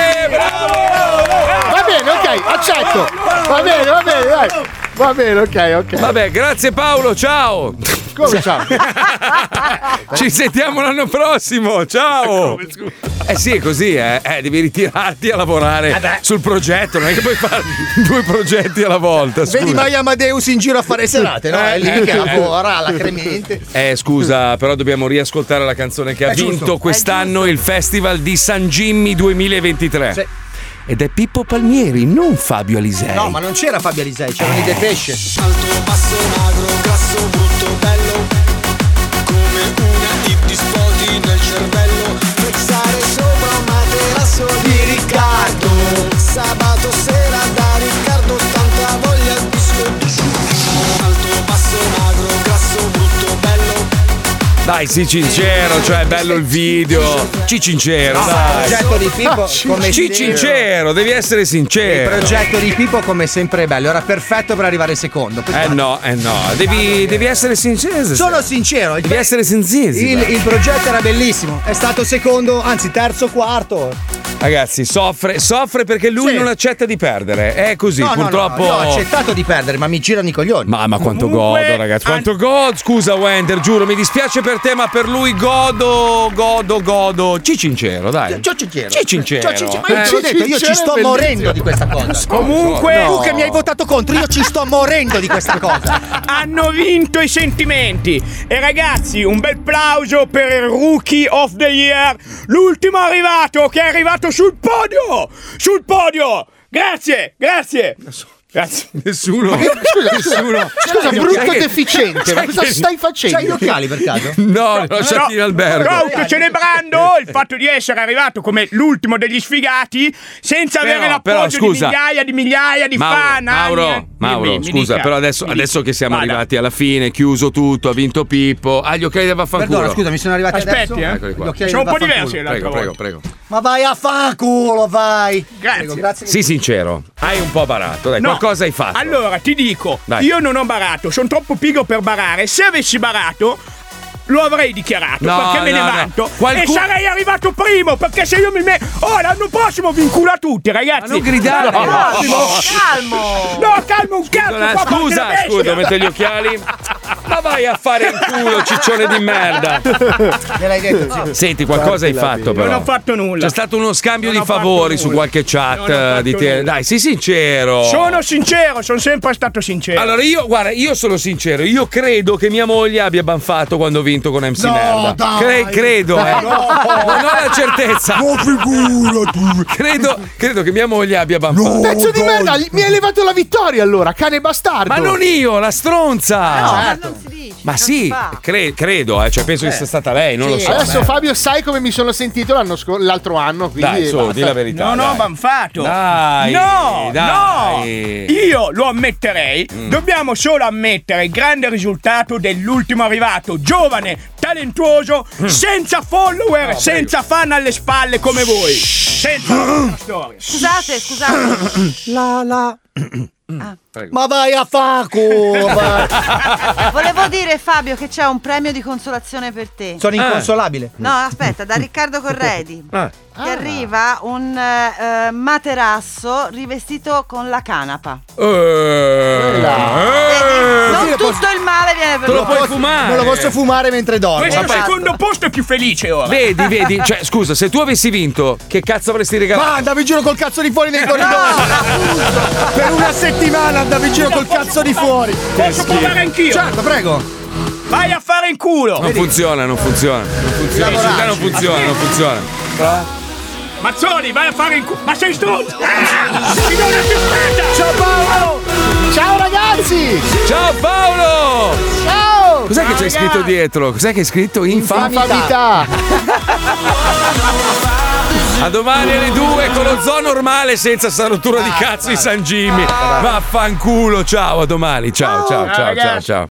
Va bene, ok, accetto. Va bene, va bene, dai. Va bene, ok, ok. Vabbè, grazie Paolo, ciao. Come ciao? Ci sentiamo l'anno prossimo, ciao. Eh sì, è così, eh. eh devi ritirarti a lavorare Eh sul progetto, non è che puoi fare due progetti alla volta. Scusa. Vedi mai Amadeus in giro a fare serate, no? È lì che lavora alacremente. Eh scusa, però dobbiamo riascoltare la canzone che ha È giusto, vinto è quest'anno il Festival di San Jimmy duemilaventitré. Sì. Ed è Pippo Palmieri, non Fabio Alisei. No, ma non c'era Fabio Alisei, c'erano i Depeche. Alto, basso, magro, grasso, brutto, bello. Come una hit di spoti nel cervello. Flexare sopra un materasso di Riccardo. Sabato sera da Riccardo, tanta voglia di disco. Alto, basso, magro, grasso, brutto, bello. Dai, sii sincero, cioè bello il video. Ci sincero, No, dai. il progetto di Pippo come Ci sincero, devi essere Il sincero. progetto di Pippo come sempre è bello, era perfetto per arrivare secondo. Eh no, eh no, devi, devi essere sincero. Sono sincero, il, Devi essere sincero. il, il progetto era bellissimo, è stato secondo, anzi terzo, quarto. Ragazzi, soffre, soffre perché lui Sì. non accetta di perdere. È così, No, no, purtroppo. no, io ho accettato di perdere, ma mi girano i coglioni. Ma, ma quanto Comunque, godo, ragazzi. Quanto godo. Scusa, Wender, giuro, mi dispiace per te, ma per lui godo, godo, godo. Ci sincero, dai. Ciò sincero. Ci sincero. Ciò sincero. Ma io Eh. ci ho detto, io ci sto Sincero è morendo di questa cosa. Comunque, Tu che mi hai votato contro, io ci sto morendo di questa cosa. hanno vinto i sentimenti. E ragazzi, un bel plauso per il Rookie of the Year, l'ultimo arrivato che è arrivato sul podio. Sul podio. Grazie, grazie. Grazie. Nessuno. Scusa, Nessuno. scusa, Gli brutto occhiali- deficiente, ma cosa stai facendo? C'hai gli occhiali per caso? No, li ho lasciati in albergo. No, sto celebrando il fatto di essere arrivato come l'ultimo degli sfigati senza Però- avere però, l'appoggio di scusa. migliaia di migliaia di Mauro, fan. Mauro, anni. Mauro, Dimmi, mi scusa, dica. però adesso, Mi adesso dica. che siamo Vada. arrivati alla fine, chiuso tutto, ha vinto Pippo. Ah, gli occhiali da vaffanculo. Perdona, scusa, mi sono arrivati Aspetti, adesso. eh. Eccoli qua. Gli occhiali Sono un da po' vaffanculo. diversi l'altra Prego, volta. prego, prego. Ma vai a fanculo, vai. Grazie. Prego, grazie. Sii sincero, hai un po' barato, dai, No. qualcosa hai fatto. Allora, ti dico, Dai. io non ho barato, sono troppo pigro per barare. Se avessi barato, lo avrei dichiarato, No, perché me ne no, no. vanto. Qualcu- E sarei arrivato primo, perché se io mi metto... Oh, l'anno prossimo vi inculo a tutti, ragazzi. Ma non gridare. L'anno No. prossimo- Calmo! No, calmo un cazzo. Scusa, qua parte scusa, la bestia. scusa, mette gli occhiali. Ma vai a fare il culo, ciccione di merda. Me l'hai detto, sì. Senti, qualcosa hai fatto però. Non ho fatto nulla. C'è stato uno scambio Non di ho fatto favori su nulla. qualche Non ho chat fatto di te. nulla. Dai, sii sincero. Sono sincero, sono sempre stato sincero. Allora io, guarda, io sono sincero, io credo che mia moglie abbia banfato quando ho vinto con M C No, Merda. dai. Cre- credo, eh. No. Non ho la certezza. No, figurati. Credo, credo che mia moglie abbia banfato. Pezzo di merda, mi hai levato la vittoria allora, cane bastardo. Ma non io, la stronza. No, certo. non si dice. Ma sì, cre- credo, eh, cioè penso Eh. che sia stata lei, non Sì, lo so. Adesso eh. Fabio, sai come mi sono sentito l'anno scor- l'altro anno, quindi Dai, su, basta. di la verità. No, no, dai. banfato. Dai, no, dai. no. Io lo ammetterei. Mm. Dobbiamo solo ammettere il grande risultato dell'ultimo arrivato, giovane, talentuoso, Mm. senza follower, No, senza fan alle spalle come voi. Senza una storia. Scusate, scusate. La la. Ma vai a fa culo! Volevo dire, Fabio, che c'è un premio di consolazione per te. Sono inconsolabile. No, aspetta, da Riccardo Corredi. Ah. Ti arriva un eh, eh, materasso rivestito con la canapa. Eh. Non tutto il male viene per Te lo voi. puoi fumare. Non lo posso fumare mentre dormo. Questo Esatto. secondo posto è più felice ora. Vedi, vedi, cioè scusa, se tu avessi vinto, che cazzo avresti regalato? Ma andavi in giro col cazzo di fuori nei corridoi! Per una settimana andavi in giro col cazzo di fuori! Posso provare anch'io? Certo, prego! Vai a fare in culo! Non funziona, non funziona. Non funziona, Lavorarci. Su te non funziona, non funziona. Prova. Mazzoni, vai a fare in culo! Ma sei stronzo! Signora, ti aspetta! Ciao Paolo! Ciao ragazzi! Ciao Paolo! Ciao! Cos'è che c'è scritto dietro? Cos'è che è scritto? Infamità. Infamità. A domani alle due con lo zoo normale senza sta rottura di cazzo di San Jimmy. Vaffanculo, ciao, a domani. Ciao, ciao, ciao, ciao, ciao.